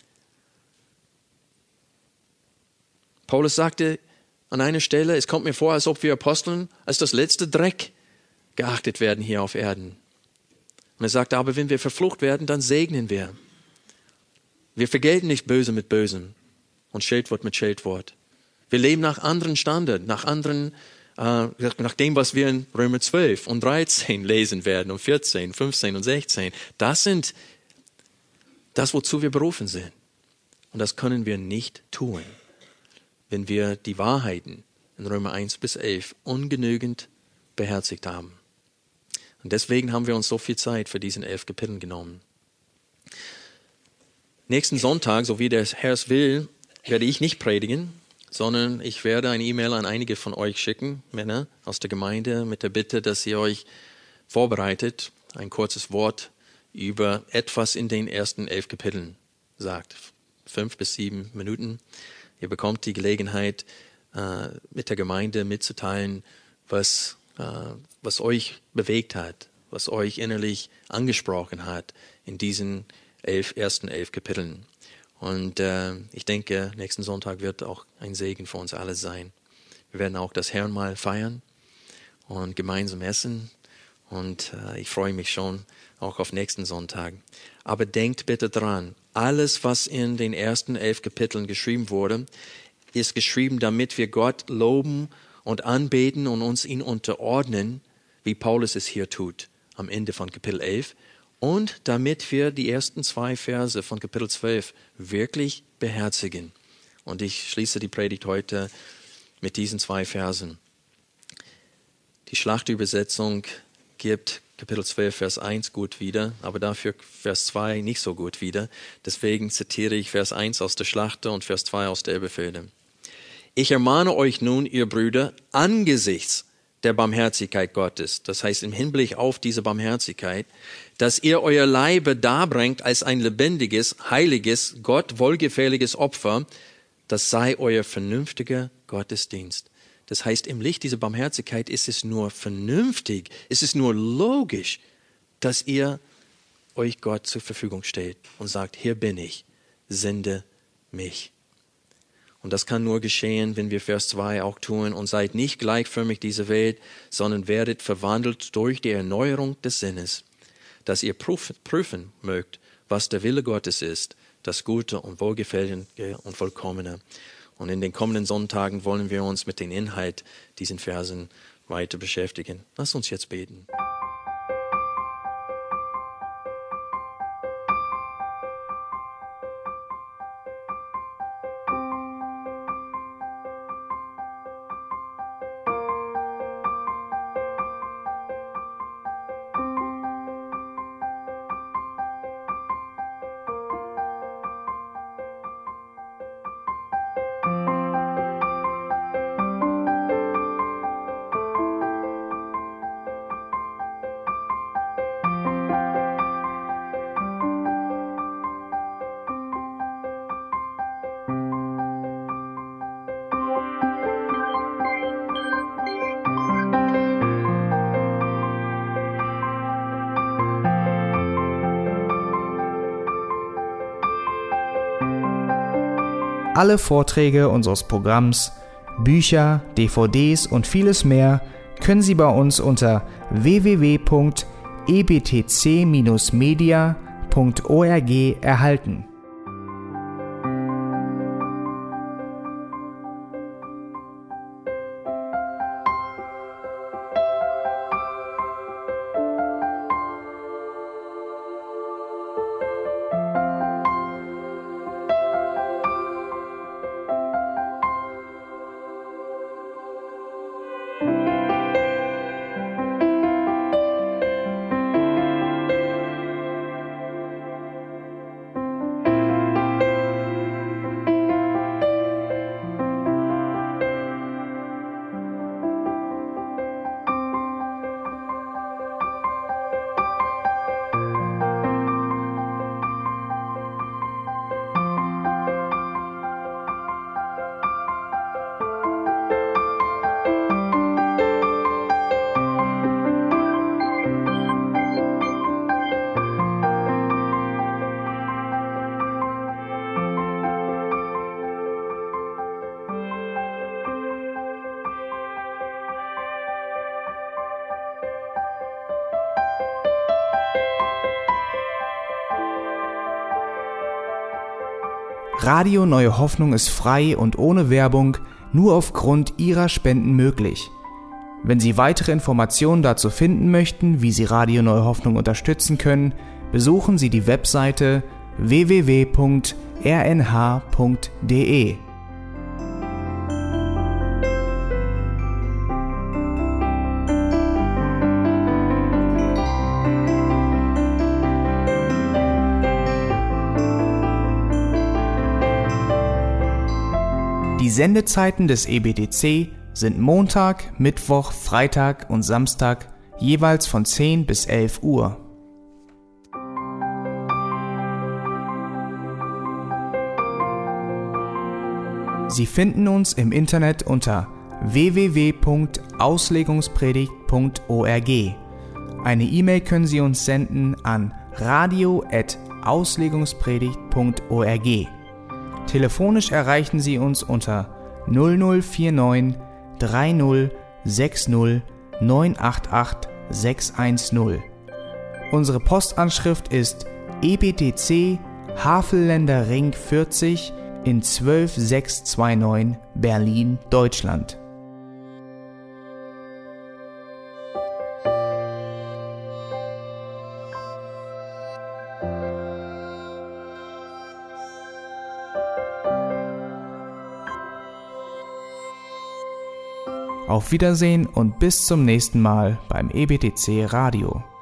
Speaker 2: Paulus sagte an einer Stelle, es kommt mir vor, als ob wir Aposteln als das letzte Dreck geachtet werden hier auf Erden. Und er sagte, aber wenn wir verflucht werden, dann segnen wir. Wir vergelten nicht Böse mit Bösem und Schildwort mit Schildwort. Wir leben nach anderen Standards, nach dem, was wir in Römer 12 und 13 lesen werden und 14, 15 und 16. Das sind das, wozu wir berufen sind. Und das können wir nicht tun, wenn wir die Wahrheiten in Römer 1 bis 11 ungenügend beherzigt haben. Und deswegen haben wir uns so viel Zeit für diesen 11 Kapiteln genommen. Nächsten Sonntag, so wie der Herr es will, werde ich nicht predigen, sondern ich werde eine E-Mail an einige von euch schicken, Männer aus der Gemeinde, mit der Bitte, dass ihr euch vorbereitet, ein kurzes Wort über etwas in den ersten 11 Kapiteln sagt. 5 bis 7 Minuten. Ihr bekommt die Gelegenheit, mit der Gemeinde mitzuteilen, was euch bewegt hat, was euch innerlich angesprochen hat in diesen ersten 11 Kapiteln. Und ich denke, nächsten Sonntag wird auch ein Segen für uns alle sein. Wir werden auch das Herrnmahl feiern und gemeinsam essen. Und ich freue mich schon auch auf nächsten Sonntag. Aber denkt bitte dran, alles, was in den ersten 11 Kapiteln geschrieben wurde, ist geschrieben, damit wir Gott loben und anbeten und uns ihn unterordnen, wie Paulus es hier tut, am Ende von Kapitel 11. Und damit wir die ersten 2 Verse von Kapitel 12 wirklich beherzigen. Und ich schließe die Predigt heute mit diesen 2 Versen. Die Schlachtübersetzung gibt Kapitel 12, Vers 1 gut wieder, aber dafür Vers 2 nicht so gut wieder. Deswegen zitiere ich Vers 1 aus der Schlachter und Vers 2 aus der Elberfelder. Ich ermahne euch nun, ihr Brüder, angesichts der Barmherzigkeit Gottes, das heißt im Hinblick auf diese Barmherzigkeit, dass ihr euer Leibe darbringt als ein lebendiges, heiliges, Gott wohlgefälliges Opfer, das sei euer vernünftiger Gottesdienst. Das heißt, im Licht dieser Barmherzigkeit ist es nur vernünftig, ist es nur logisch, dass ihr euch Gott zur Verfügung stellt und sagt, hier bin ich, sende mich. Und das kann nur geschehen, wenn wir Vers 2 auch tun. Und seid nicht gleichförmig dieser Welt, sondern werdet verwandelt durch die Erneuerung des Sinnes, dass ihr prüfen mögt, was der Wille Gottes ist, das Gute und Wohlgefällige und Vollkommene. Und in den kommenden Sonntagen wollen wir uns mit dem Inhalt diesen Versen weiter beschäftigen. Lass uns jetzt beten.
Speaker 1: Alle Vorträge unseres Programms, Bücher, DVDs und vieles mehr können Sie bei uns unter www.ebtc-media.org erhalten. Radio Neue Hoffnung ist frei und ohne Werbung nur aufgrund Ihrer Spenden möglich. Wenn Sie weitere Informationen dazu finden möchten, wie Sie Radio Neue Hoffnung unterstützen können, besuchen Sie die Webseite www.rnh.de. Die Sendezeiten des EBTC sind Montag, Mittwoch, Freitag und Samstag jeweils von 10 bis 11 Uhr. Sie finden uns im Internet unter www.auslegungspredigt.org. Eine E-Mail können Sie uns senden an radio@auslegungspredigt.org. Telefonisch erreichen Sie uns unter 0049 30 60 988 610. Unsere Postanschrift ist EBTC Havelländer Ring 40 in 12629 Berlin, Deutschland. Auf Wiedersehen und bis zum nächsten Mal beim EBTC Radio.